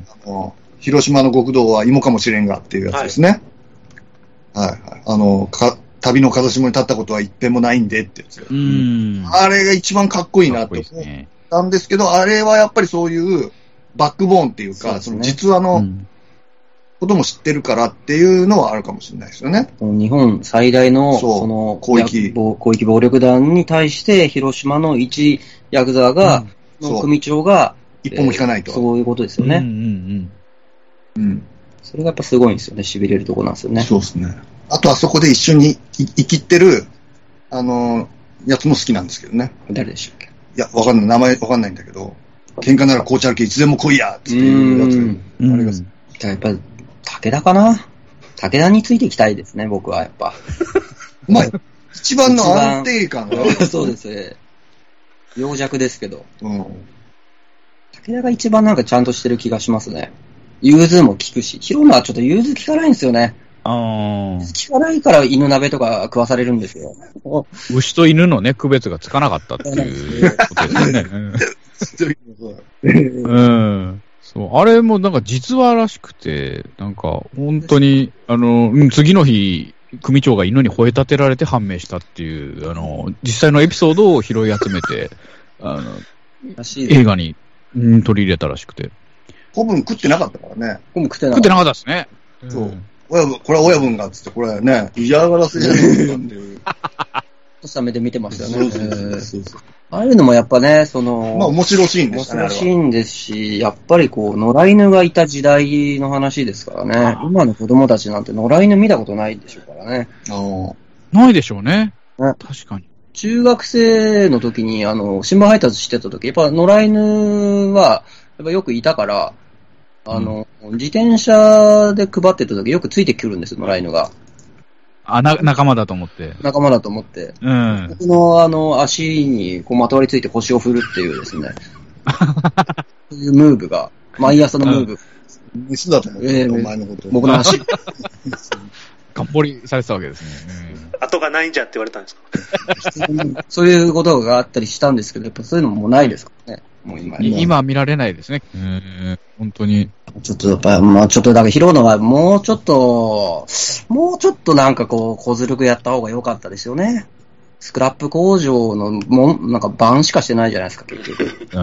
あの、広島の極道は芋かもしれんがっていうやつですね。はい。はい、はい。あの、か、旅の風下に立ったことは一遍もないんでってやつ。 うん。 あれが一番かっこいいなと思ったんですけど、あれはやっぱりそういうバックボーンっていうか、その実話のことも知ってるからっていうのはあるかもしれないですよね。 日本最大の、その、 広域。 広域暴力団に対して、広島の一ヤクザが、うん、の組長が、 一歩も引かないと、 えー。そういうことですよね。うんうんうん。うん。それがやっぱすごいんですよね。痺れるところなんですよね。 そうですね。あとあそこで一緒に生きってる、あの、やつも好きなんですけどね。 誰でしたっけ？ いや、わかんない。名前わかんないんだけど、喧嘩なら紅茶歩きいつでも来いやっていうやつ。 うんあれが、やっぱり、武田かな？武田についていきたいですね、僕はやっぱ。 まあ、一番の安定感が。 そうですね。病弱ですけど。 うん。 武田が一番なんかちゃんとしてる気がしますね。融通も効くし、広野はちょっと融通効かないんですよね。 ああ。 効かないから犬鍋とか食わされるんですよ。 牛と犬のね、区別がつかなかったっていうことですね。うん。そう。あれもなんか実話らしくて、なんか本当に、あの、次の日、組長が犬に吠え立てられて判明したっていう、あの、実際のエピソードを拾い集めて、あの、映画に、うん、取り入れたらしくて。 古文食ってなかったからね。 古文食ってなかった。食ってなかったですね。 そう。親分、これは親分がっつって、これはね、嫌がらせじゃねえかっていう。 とした目で見てましたよね。 そうそうそうそう。 ああいうのもやっぱね、その、 まあ面白シーンでしたね。 面白シーンですし、やっぱりこう、野良犬がいた時代の話ですからね。今の子供たちなんて野良犬見たことないでしょうからね。 ああ。 ないでしょうね。 確かに。 中学生の時に、あの、新聞配達してた時、やっぱ野良犬は、やっぱよくいたから、あの、うん、自転車で配ってた時よくついてくるんですよ、野良犬が。 あ、な、仲間だと思って。 仲間だと思って。 うん。 僕の、あの、足に、こう、まとわりついて腰を振るっていうですね。そういうムーブが、毎朝のムーブ。 ミスだと思って、えー、お前のこと。 僕の足。 がっぽりされてたわけですね。 うん、後がないんじゃって言われたんですかそういうことがあったりしたんですけど、やっぱそういうのもないですからね。もう今。 今見られないですね。うん、本当に。 ちょっとやっぱ、まあちょっとだから拾うのはもうちょっと、もうちょっとなんかこう、小ずるくやった方が良かったですよね。スクラップ工場のもん、なんか版しかしてないじゃないですか、結局。 うん。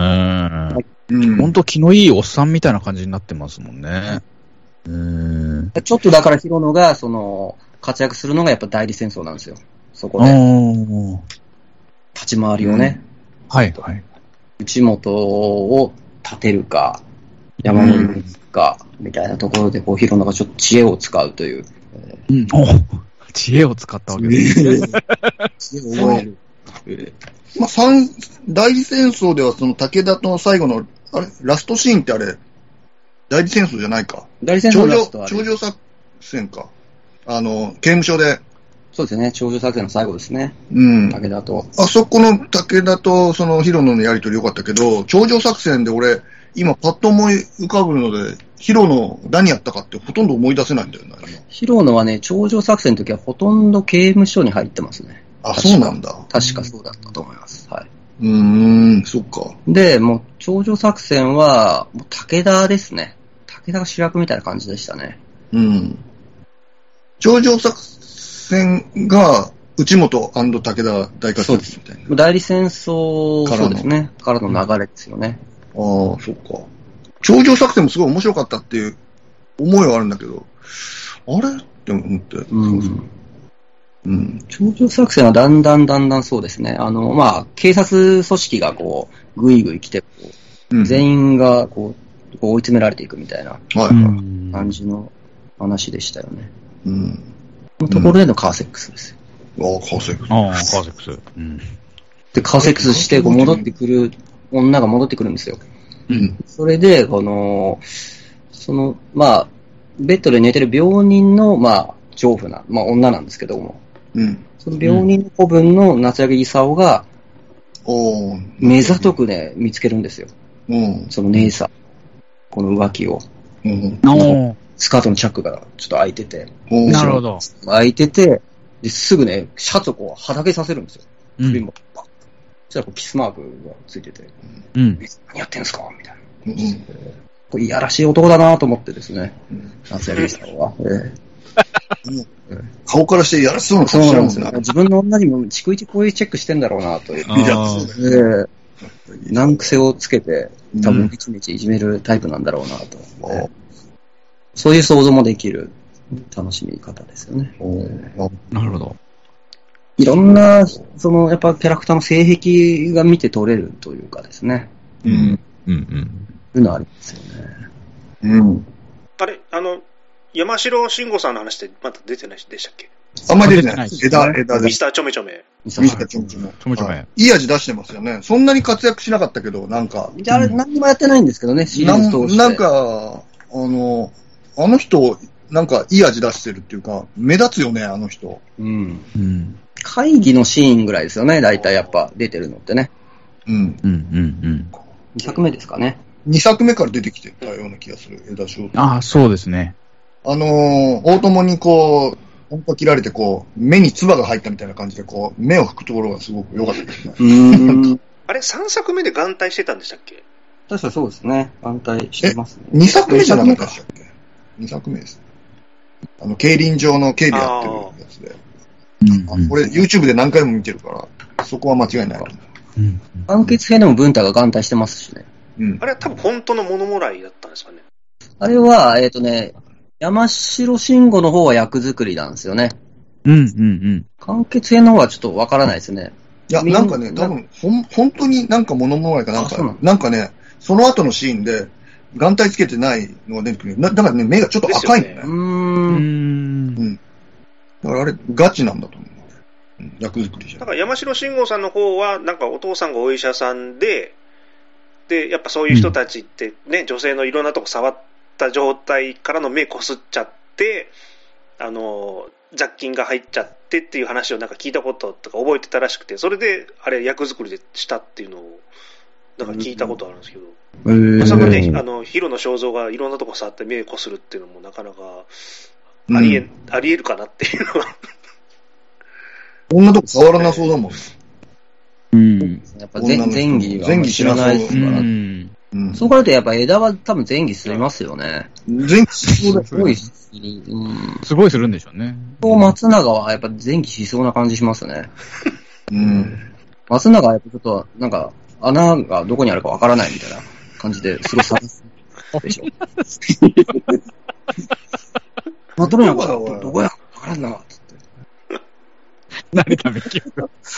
うん、本当気のいいおっさんみたいな感じになってますもんね。 うん。ちょっとだから拾うのが、その、活躍するのがやっぱ代理戦争なんですよ。そこで。立ち回りをね。 うん、はい、はい。 内本を立てるか、山本に行くか、みたいなところで、こう、ヒロノがちょっと知恵を使うという。 うん、お知恵を使ったわけですね。 知恵を覚える。 まあ、三、代理戦争ではその武田と最後の、あれ、ラストシーンってあれ、代理戦争じゃないか。 代理戦争のラストは頂上作戦か。あの、刑務所で。 そうですね、頂上作戦の最後ですね。 うん。 武田と。 あそこの武田とそのヒロノのやりとり良かったけど、頂上作戦で俺、今パッと思い浮かぶので、ヒロノ何やったかってほとんど思い出せないんだよね。 ヒロノはね、頂上作戦の時はほとんど刑務所に入ってますね。 あ、そうなんだ。 確かそうだったと思います。はい。 うーん、そっか。 で、もう頂上作戦は、もう武田ですね。武田が主役みたいな感じでしたね。 うん。頂上作戦が、内本&武田大活躍みたいな。 代理戦争そうですね。からの流れですよね。 ああ、そっか。頂上作戦もすごい面白かったっていう思いはあるんだけど、あれって思って。うん。 うん。頂上作戦はだんだんだんだんそうですね。あの、まあ、警察組織がこう、ぐいぐい来て、こう、うん、全員がこう、追い詰められていくみたいな感じの話でしたよね。うん。のところでのカーセックスですよ。ああ、カーセックス。 ああ、カーセックス。うん。 で、カーセックスして、こう戻ってくる、女が戻ってくるんですよ。 うん。 それで、この、その、まあ、ベッドで寝てる病人の、まあ、丈夫な、まあ、女なんですけども、 うん。 その病人の子分の夏柳功が、 おー。 目ざとくね、見つけるんですよ。 うん。 その姉さん。この浮気を。 うん。 おー。 スカートのチャックがちょっと開いてて。 なるほど。 開いてて、ですぐね、シャツをこう、はだけさせるんですよ。首も。パッ。そしたらこうキスマークがついてて。 うん。 何やってんすかみたいな。 うん。 これいやらしい男だなと思ってですね。夏柳さんは。えー、顔からしてやらしそうな顔してるんですね。 自分の女にも逐一こういうチェックしてんだろうなという。 いや、そうだよね。 難癖をつけて、多分めちめちいじめるタイプなんだろうなと。うん、そういう想像もできる楽しみ方ですよね。 なるほど。 いろんな、その、やっぱキャラクターの性癖が見て取れるというかですね。 うん。うんうん。 そういうのありますよね。 うん。 あれ、あの、山城慎吾さんの話ってまだ出てないでしたっけ？ あんまり出てない。枝、枝で。 ミスターちょめちょめ。 ミスターちょめちょめ。 ちょめちょめ。 いい味出してますよね。そんなに活躍しなかったけど、なんか。 じゃあ、あれ、何にもやってないんですけどね、シリーズ通して。 なんか、あの、あの人、なんかいい味出してるっていうか、目立つよね、あの人。 うん。うん。会議のシーンぐらいですよね、大体やっぱ出てるのってね。 うん。 うんうんうん。 にさくめですかね。 にさくめから出てきてたような気がする、枝翔太。 ああ、そうですね。 あのー、大友にこう、本当切られてこう、目に唾が入ったみたいな感じでこう、目を拭くところがすごく良かったですね。 うーん。 あれ、さんさくめで眼帯してたんでしたっけ？ 確かそうですね。眼帯してますね。 にさくめじゃなかったでしたっけ？ に 作目です。あの、競輪場の警備やってるやつで。うん、これ YouTube で何回も見てるから、そこは間違いない。 うん。完結編でも文太が眼帯してますしね。 うん。あれは多分本当の物もらいだったんですかね。 あれは、えっ、ー、とね、山城慎吾の方は役作りなんですよね。 うんうんうん。 完結編の方はちょっとわからないですね。 いや、なんかね、多分、ほん、本当になんか物もらいかなんか、ななんかね、その後のシーンで、眼帯つけてないのが出てくる。だからね、目がちょっと赤いんだよね。 うーん。うん。 だからあれ、ガチなんだと思う。 役作りじゃん。 だから山城慎吾さんの方は、なんかお父さんがお医者さんで、で、やっぱそういう人たちってね、うん、女性のいろんなとこ触った状態からの目こすっちゃって、あの、雑菌が入っちゃってっていう話をなんか聞いたこととか覚えてたらしくて、それであれ役作りでしたっていうのを、なんか聞いたことあるんですけど、うん、まさかね、あの、ヒロの肖像がいろんなとこ触って目こするっていうのもなかなかありえ、うん、ありえるかなっていうのは。 こんなとこ触らなそうだもん。 うん。やっぱ前儀は知らないですから。うん。うん、そう考えるとやっぱ枝は多分前儀すりますよね。 前儀しそうだすごい、うん、 すごいするんでしょうね。 松永はやっぱ前儀しそうな感じしますね。 うん。 松永はやっぱちょっとなんか穴がどこにあるかわからないみたいな感じですごい探すでしょ。松永はどこやわからんな。 何食べきる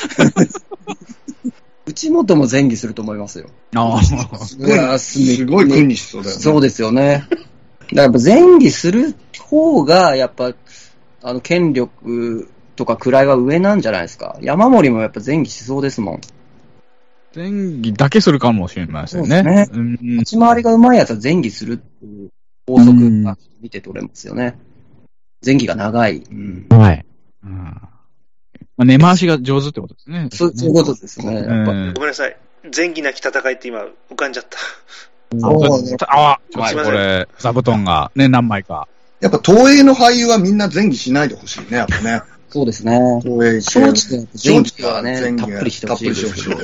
内本も前儀すると思いますよ。 ああ。 すごい、すごい君にしそうだよね。 そうですよね。だからやっぱ前儀する方が、やっぱ、あの、権力とか位は上なんじゃないですか。山森もやっぱ前儀しそうですもん。 前儀だけするかもしれませんね。 そうですね。立ち回りが上手いやつは前儀するっていう法則が見て取れますよね。前儀が長い。 うん、はい。うんまあ、根回しが上手ってことですね。 そう、そういうことですね。やっぱごめんなさい。前儀なき戦いって今浮かんじゃった。 ああ、ちょっとこれ、座布団がね、何枚か。 やっぱ東映の俳優はみんな前儀しないでほしいね、やっぱね。 そうですね。 東映正直前儀はね、たっぷりしてほしいですけど。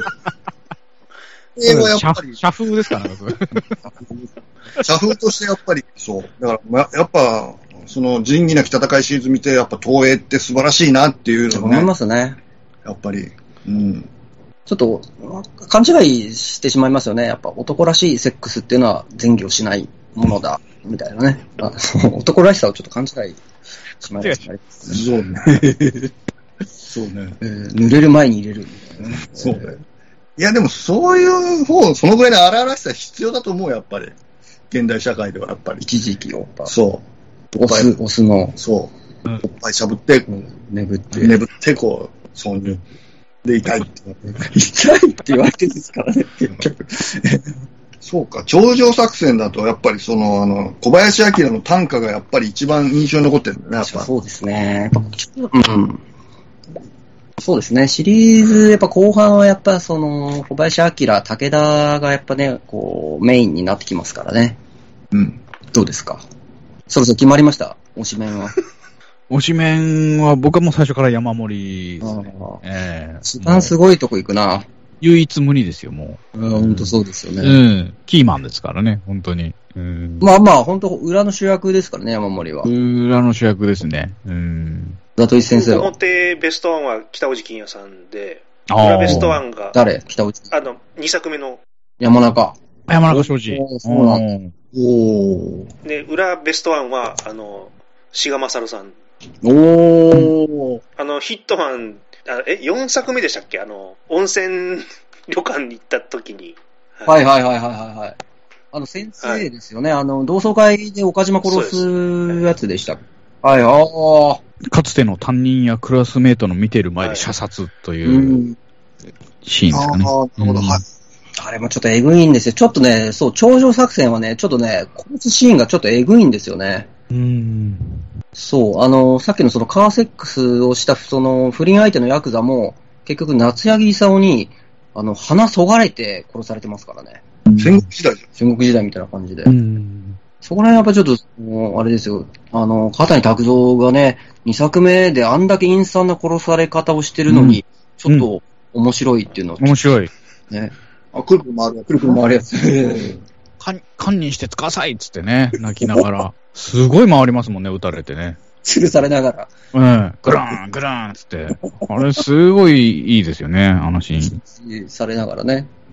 映画はやっぱり。 社風ですかね、 社風としてやっぱり、そう。だから、やっぱ、その仁義なき戦いシリーズ見て、やっぱ東映って素晴らしいなっていうのをね。 思いますね。 やっぱり。うん。 ちょっと、勘違いしてしまいますよね。やっぱ男らしいセックスっていうのは前儀をしないものだ、みたいなね。あ男らしさをちょっと勘違いしまいますね。 そうね。そうね、 えー。濡れる前に入れるみたいなね。 そうね。いやでもそういう方、そのぐらいの荒々しさ必要だと思う、やっぱり。現代社会ではやっぱり。 一時期を。 そう。 オス、オスの。 そう。おっぱいしゃぶって、 眠って。 眠って、こう、挿入。で、痛いって。 痛いって言われてるんですからね、結局。 そうか、頂上作戦だと、やっぱりその、あの、小林明の短歌がやっぱり一番印象に残ってるんだね、やっぱ。 そうですね。うん。そうですね。シリーズ、やっぱ後半はやっぱその、小林明、武田がやっぱね、こう、メインになってきますからね。 うん。 どうですか？そろそろ決まりました推しメンは。 推しメンは僕はもう最初から山盛りですね。 ええー。一番すごいとこ行くな。 唯一無二ですよ、もう。うん、本当そうですよね。 うん。キーマンですからね、本当に。うん、 まあまあ、本当裏の主役ですからね、山盛は。 裏の主役ですね。うん。 ザトイ先生は。 表ベストワンは北尾路欣也さんで、裏ベストワンが。 誰？北尾路欣也。あの、にさくめの。 山中。 山中庄司。 そうなんだ。おで、裏ベストワンは、あの、志賀勝さん。 おー。 あの、ヒットマン、あえ、よんさくめでしたっけ？あの、温泉旅館に行った時に。 はいはいはいはいはいはい。あの、先生ですよね。はい、あの、同窓会で岡島殺すやつでした。はい、ああ。 かつての担任やクラスメートの見てる前で射殺というシーンですかね。 ああ、なるほど。はい。 あれもちょっとエグいんですよ。ちょっとね、そう、頂上作戦はね、ちょっとね、殺すシーンがちょっとエグいんですよね。 うーん。 そう、あの、さっきのそのカーセックスをしたその不倫相手のヤクザも、結局夏柳功に、あの、鼻そがれて殺されてますからね。 戦国時代じゃん。 戦国時代みたいな感じで。 うん。 そこら辺やっぱちょっと、もうあれですよ。あの、片谷拓三がね、にさくめであんだけ陰惨な殺され方をしてるのに、うん、ちょっと面白いっていうのは、 うん。面白い。 ね。 あ、くるくる回るやつ。 くるくる回るやつ。 堪忍してつかさいっつってね、泣きながら。すごい回りますもんね、撃たれてね。 吊るされながら。 うん。グラーン、グラーンっつって。あれ、すごいいいですよね、あのシーン。されながらね。 うん。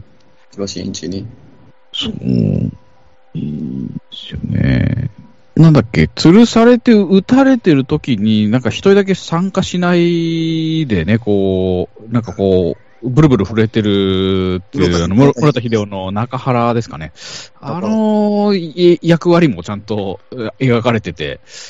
ロシンチに。 そう。いいですよね。なんだっけ、吊るされて撃たれてる時に、なんか一人だけ参加しないでね、こう、なんかこう、ブルブル震えてるっていう、あの、村田秀夫の中原ですかね。あの役割もちゃんと描かれてて、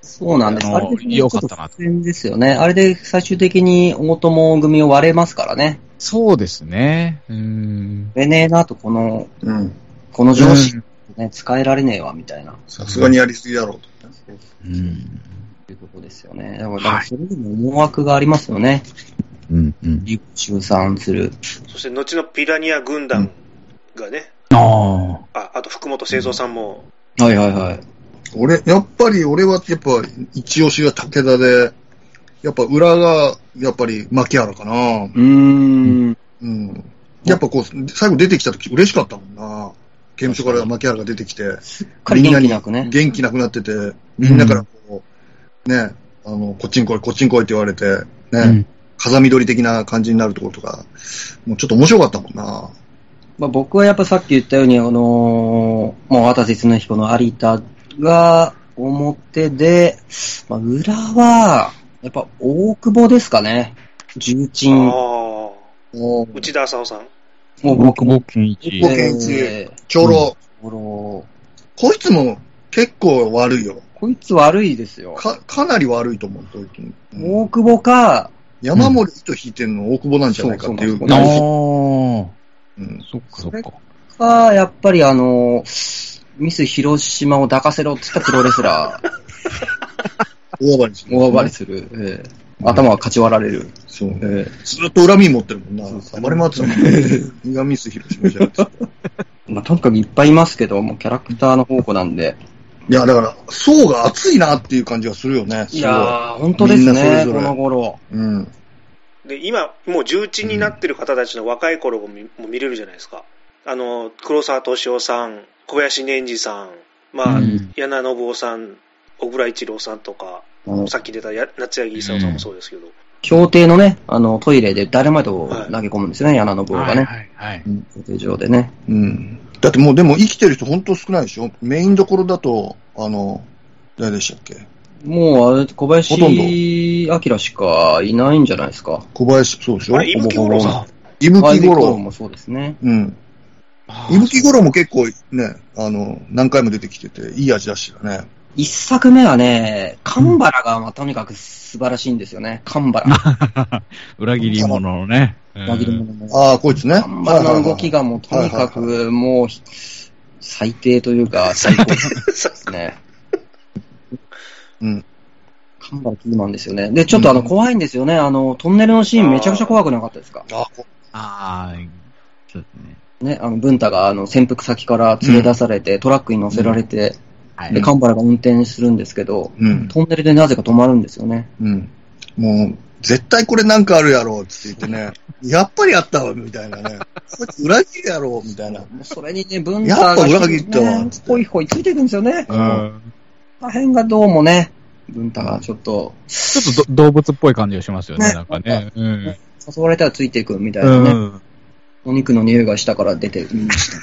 そうなんです。 あのあれでよかったなと。 ですよね。あれで最終的に大友組を割れますからね。 そうですね。うーん。 割れねえなと、この、 うん。 この上司、ね、使えられねえわ、みたいな。 さすがにやりすぎだろうと。 うん。 ということですよね。だから、それでも思惑がありますよね。 うんうん。 集散する。 そして、後のピラニア軍団がね、 うん、ああ、あと福本清三さんも、 うん。はいはいはい。 俺、やっぱり俺はやっぱ一押しが武田で、やっぱ裏がやっぱり牧原かな。 うーん。 うん。やっぱこう、最後出てきた時嬉しかったもんな。刑務所から牧原が出てきて、 みんなに元気なくね。 元気なくなってて、みんなからこう、ね、あの、こっちに来い、こっちに来いって言われて、ね、うん、風見鶏的な感じになるところとか、もうちょっと面白かったもんな。 まあ、僕はやっぱさっき言ったように、あのー、もう渡瀬恒彦の有田が表で、まあ、裏は、やっぱ大久保ですかね。重鎮。ああ。内田浅尾さん。 もう大久保健一。 大久保健一。長老。長老。こいつも結構悪いよ。 こいつ悪いですよ。 か、かなり悪いと思う。 うん、大久保か、 山森糸引いてんの大久保なんじゃないかっていう。 うん、ああ。うん。そっかそっか。か、やっぱりあの、ミス広島を抱かせろって言ったプロレスラー。 大暴れする、 ね。大暴れする。えー、頭はかち割られる。 そう。えー、ずっと恨み持ってるもんな。暴れ回ってたもんね。ミガミス広島じゃなくて。 まあ、とにかくいっぱいいますけど、もうキャラクターの宝庫なんで。 いや、だから、層が厚いなっていう感じがするよね。 いやー、本当ですね、この頃。 うん。 で、今、もう重鎮になってる方たちの若い頃も 見,、も見れるじゃないですか。あの、黒沢敏夫さん、小林年次さん、まあ、うん、柳信夫さん、小倉一郎さんとか、うん、さっき出たや夏柳功さんもそうですけど。 競艇のね、あの、トイレで誰まで投げ込むんですよね、はい、柳信夫がね。はいはいはい。競艇場でね。 うん。だってもう、でも生きてる人本当少ないでしょ。メインどころだと、あの、誰でしたっけ。 もう、あれ、小林明しかいないんじゃないですか。 小林、そうでしょ。 あれ、伊吹五郎さん。 伊吹五郎もそうですね。 うん。伊吹五郎も結構ね、あの、何回も出てきてて、いい味出してたね。 一作目はね、神原が、まあ、とにかく素晴らしいんですよね。神原。 裏切り者のね。 裏切り者の。 ああ、こいつね。 神原の動きがもう、とにかく、もう、最低というか、最高ですね。 うん。 神原キーマンですよね。で、ちょっとあの、怖いんですよね。あの、トンネルのシーンめちゃくちゃ怖くなかったですか？ ああ、そうですね。ね、あの、文太が、あの、潜伏先から連れ出されて、うん、トラックに乗せられて、うん、で、神原が運転するんですけど、うん、トンネルでなぜか止まるんですよね。 うん。もう、絶対これなんかあるやろ、って言ってね、やっぱりあったわ、みたいなね。こいつ裏切りやろ、みたいな。 それにね、文太が、 ね、やっぱ裏切ったわ、つって。 ほいほいついていくんですよね。うん。あ辺がどうもね、文太がちょっと、 ちょっと動物っぽい感じがしますよね、ねなんかね、うん。 誘われたらついていくみたいなね。うん、お肉の匂いがしたから出てみました。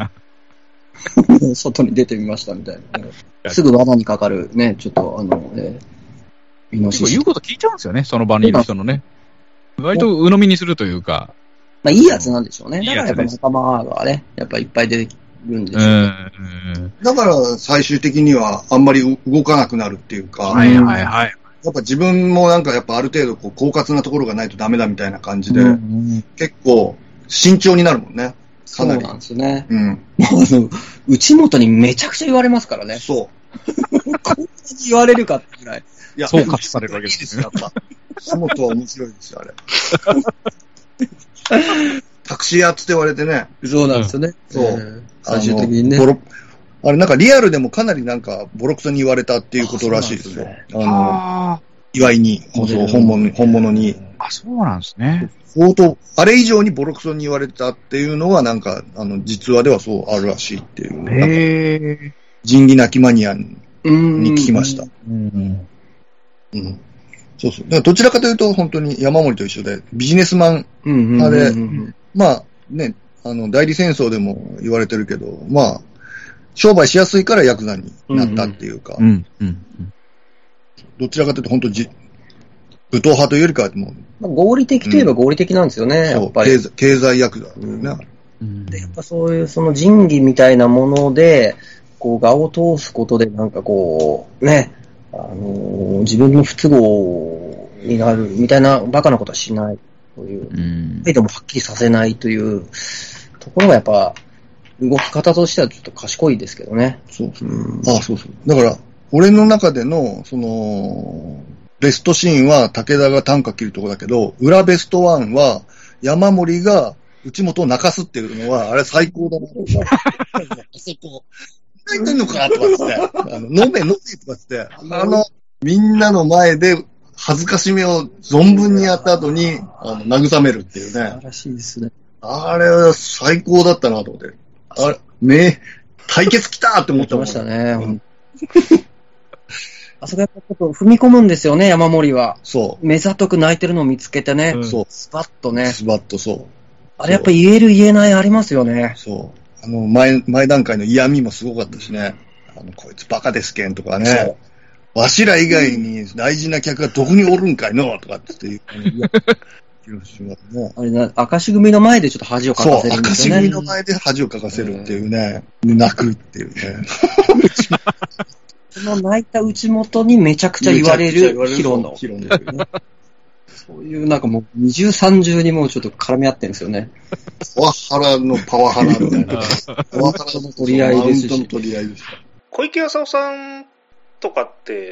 外に出てみましたみたいな。すぐ罠にかかるね、ちょっとあの、えー、イノシシ。 言うこと聞いちゃうんですよね、その場にいる人のね。割と鵜呑みにするというか。 まあいいやつなんでしょうね。だからやっぱ仲間がね、やっぱいっぱい出てるんでしょう、ね。 うん。だから最終的にはあんまり動かなくなるっていうか。 はいはいはい。 やっぱ自分もなんかやっぱある程度こう狡猾なところがないとダメだみたいな感じで、うん、結構慎重になるもんね。かなり。 そうなんですよね。 うん。 あの、内本にめちゃくちゃ言われますからね。 そう。 こんなに言われるかってぐらい。 いや、そうかつされるわけですね。 やっぱ。内本は面白いですよ、あれ。タクシー屋って言われてね。 そうなんですよね。 そう。えー、 最終的にね。 ボロあれなんかリアルでもかなりなんかボロクソに言われたっていうことらしいですよ。あ, ね、あの、岩井に、本物、本物に。 あ、そうなんですね。 相当、あれ以上にボロクソに言われたっていうのはなんか、あの、実話ではそうあるらしいっていう。 へー。 仁義なきマニアに聞きました。うん。うん。そうそう。だからどちらかというと本当に山森と一緒でビジネスマン派で、まあね、あの、代理戦争でも言われてるけど、まあ、商売しやすいからヤクザになったっていうか、うんうんうん、どちらかというと本当じ、武闘派というよりかはもう、 まあ、合理的といえば合理的なんですよね、うん、やっぱり。 経済、経済ヤクザだよね、 うん。で、やっぱそういうその仁義みたいなもので、こう、我を通すことでなんかこう、ね、あ自分の不都合になるみたいなバカなことはしないという、態度もはっきりさせないというところがやっぱ、動き方としてはちょっと賢いですけどね。 そうそう。うん、ああ、そうそう。だから、俺の中での、その、ベストシーンは武田が短歌切るとこだけど、裏ベストワンは山森が内本を泣かすっていうのは、あれ最高だな。あそこ、泣いてんのかとかって、あの、飲め飲めとかって、あの、みんなの前で恥ずかしめを存分にやった後に、あの、慰めるっていうね。素晴らしいですね。 あれは最高だったなと思って。あれ、め、対決来たって思ったもん。 ましたね。うん、あそこやっぱちょっと踏み込むんですよね、山森は。 そう。 目ざとく泣いてるのを見つけてね。 うん、そう。 スパッとね。 スパッとそう。 あれやっぱ言える言えないありますよね。 そう。あの、前、前段階の嫌味もすごかったしね。あの、こいつバカですけんとかね。わしら以外に大事な客がどこにおるんかいのとかっていう。 あれな、明石組の前でちょっと恥をかかせるんですよね。 そう、明石組の前で恥をかかせるっていうね。泣くっていうね。 その泣いた内元にめちゃくちゃ言われるヒロの。そういうなんかもう二重三重にもうちょっと絡み合ってるんですよね。 パワハラのパワハラみたいな。パワハラの取り合いですし。 マウントの取り合いです。 小池康夫さんとかって。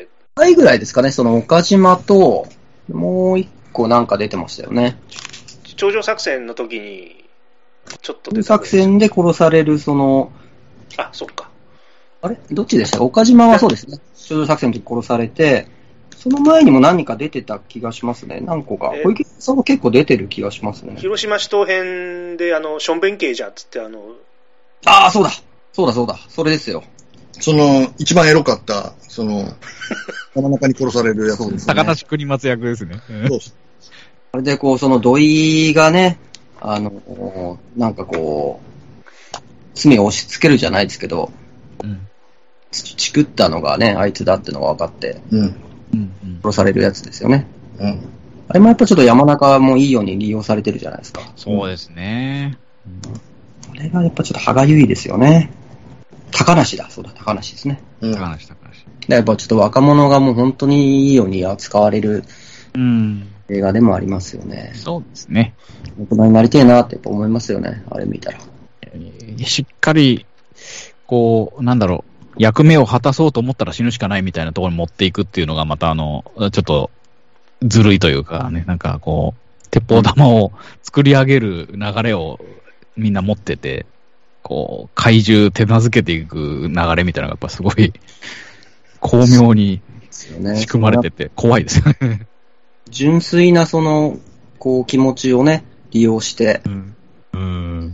はいぐらいですかね、その岡島と、もう一個なんか出てましたよね。 頂上作戦の時に、ちょっと出て作戦で殺される、その、 あ、そっか。 あれどっちでしたか？岡島はそうですね。頂上作戦の時殺されて、その前にも何か出てた気がしますね。何個か。小池さんも結構出てる気がしますね。 広島市東編で、あの、ションベン系じゃっつって、あの、 ああ、そうだ。そうだそうだ。それですよ。 その、一番エロかった、その、山中に殺されるやつですね。 高梨国松役ですね。 そうです。 それで、こう、その土井がね、あの、なんかこう、罪を押し付けるじゃないですけど、うん、チクったのがね、あいつだってのが分かって、うんうん、殺されるやつですよね。うん、あれもやっぱちょっと山中もいいように利用されてるじゃないですか。 そうですね。 うん、あれがやっぱちょっと歯がゆいですよね。高梨だ、そうだ、高梨ですね。 うん、高梨、高梨。 やっぱちょっと若者がもう本当にいいように扱われる映画でもありますよね。 うん、そうですね。 大人になりてえなってやっぱ思いますよね、あれ見たら。 しっかり、こう、なんだろう、役目を果たそうと思ったら死ぬしかないみたいなところに持っていくっていうのがまたあの、ちょっとずるいというかね、なんかこう、鉄砲玉を作り上げる流れをみんな持ってて、こう、怪獣手なずけていく流れみたいなのがやっぱすごい巧妙に仕組まれてて怖いですよね。 純粋なその、こう気持ちをね、利用して、うんうん、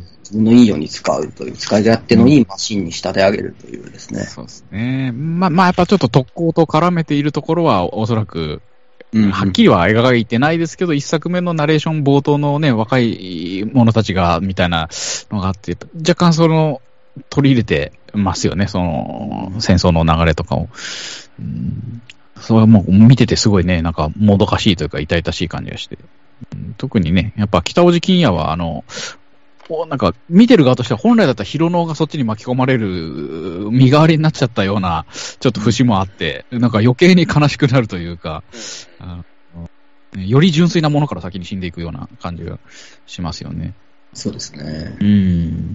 自分のいいように使うという、使い勝手のいいマシンに仕立て上げるというですね。 そうですね。まあ、まあやっぱちょっと特攻と絡めているところはおそらく、うんうん、はっきりは描いてないですけど、一作目のナレーション冒頭のね、若い者たちが、みたいなのがあって、若干その、取り入れてますよね、その、戦争の流れとかを。うん、それはもう見ててすごいね、なんか、もどかしいというか、痛々しい感じがして。うん、特にね、やっぱ北大路欣也は、あの、なんか、見てる側としては本来だったら広野がそっちに巻き込まれる身代わりになっちゃったような、ちょっと節もあって、なんか余計に悲しくなるというか、うん、より純粋なものから先に死んでいくような感じがしますよね。 そうですね。 うん。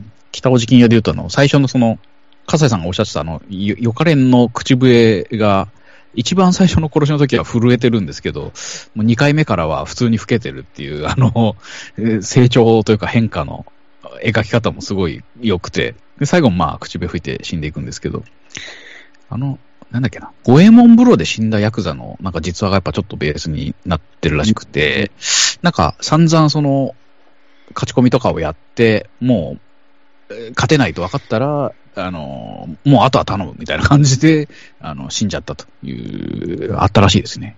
北大路欣也で言うと、あの、最初のその、笠井さんがおっしゃってたあの、よ、よかれんの口笛が、一番最初の殺しの時は震えてるんですけど、もうにかいめからは普通に老けてるっていう、あの、成長というか変化の描き方もすごい良くて、で最後もまあ口笛吹いて死んでいくんですけど、あの、なんだっけな、五右衛門風呂で死んだヤクザのなんか実話がやっぱちょっとベースになってるらしくて、なんか散々その、勝ち込みとかをやって、もう、勝てないと分かったら、あの、もうあとは頼むみたいな感じで、あの、死んじゃったという、あったらしいですね。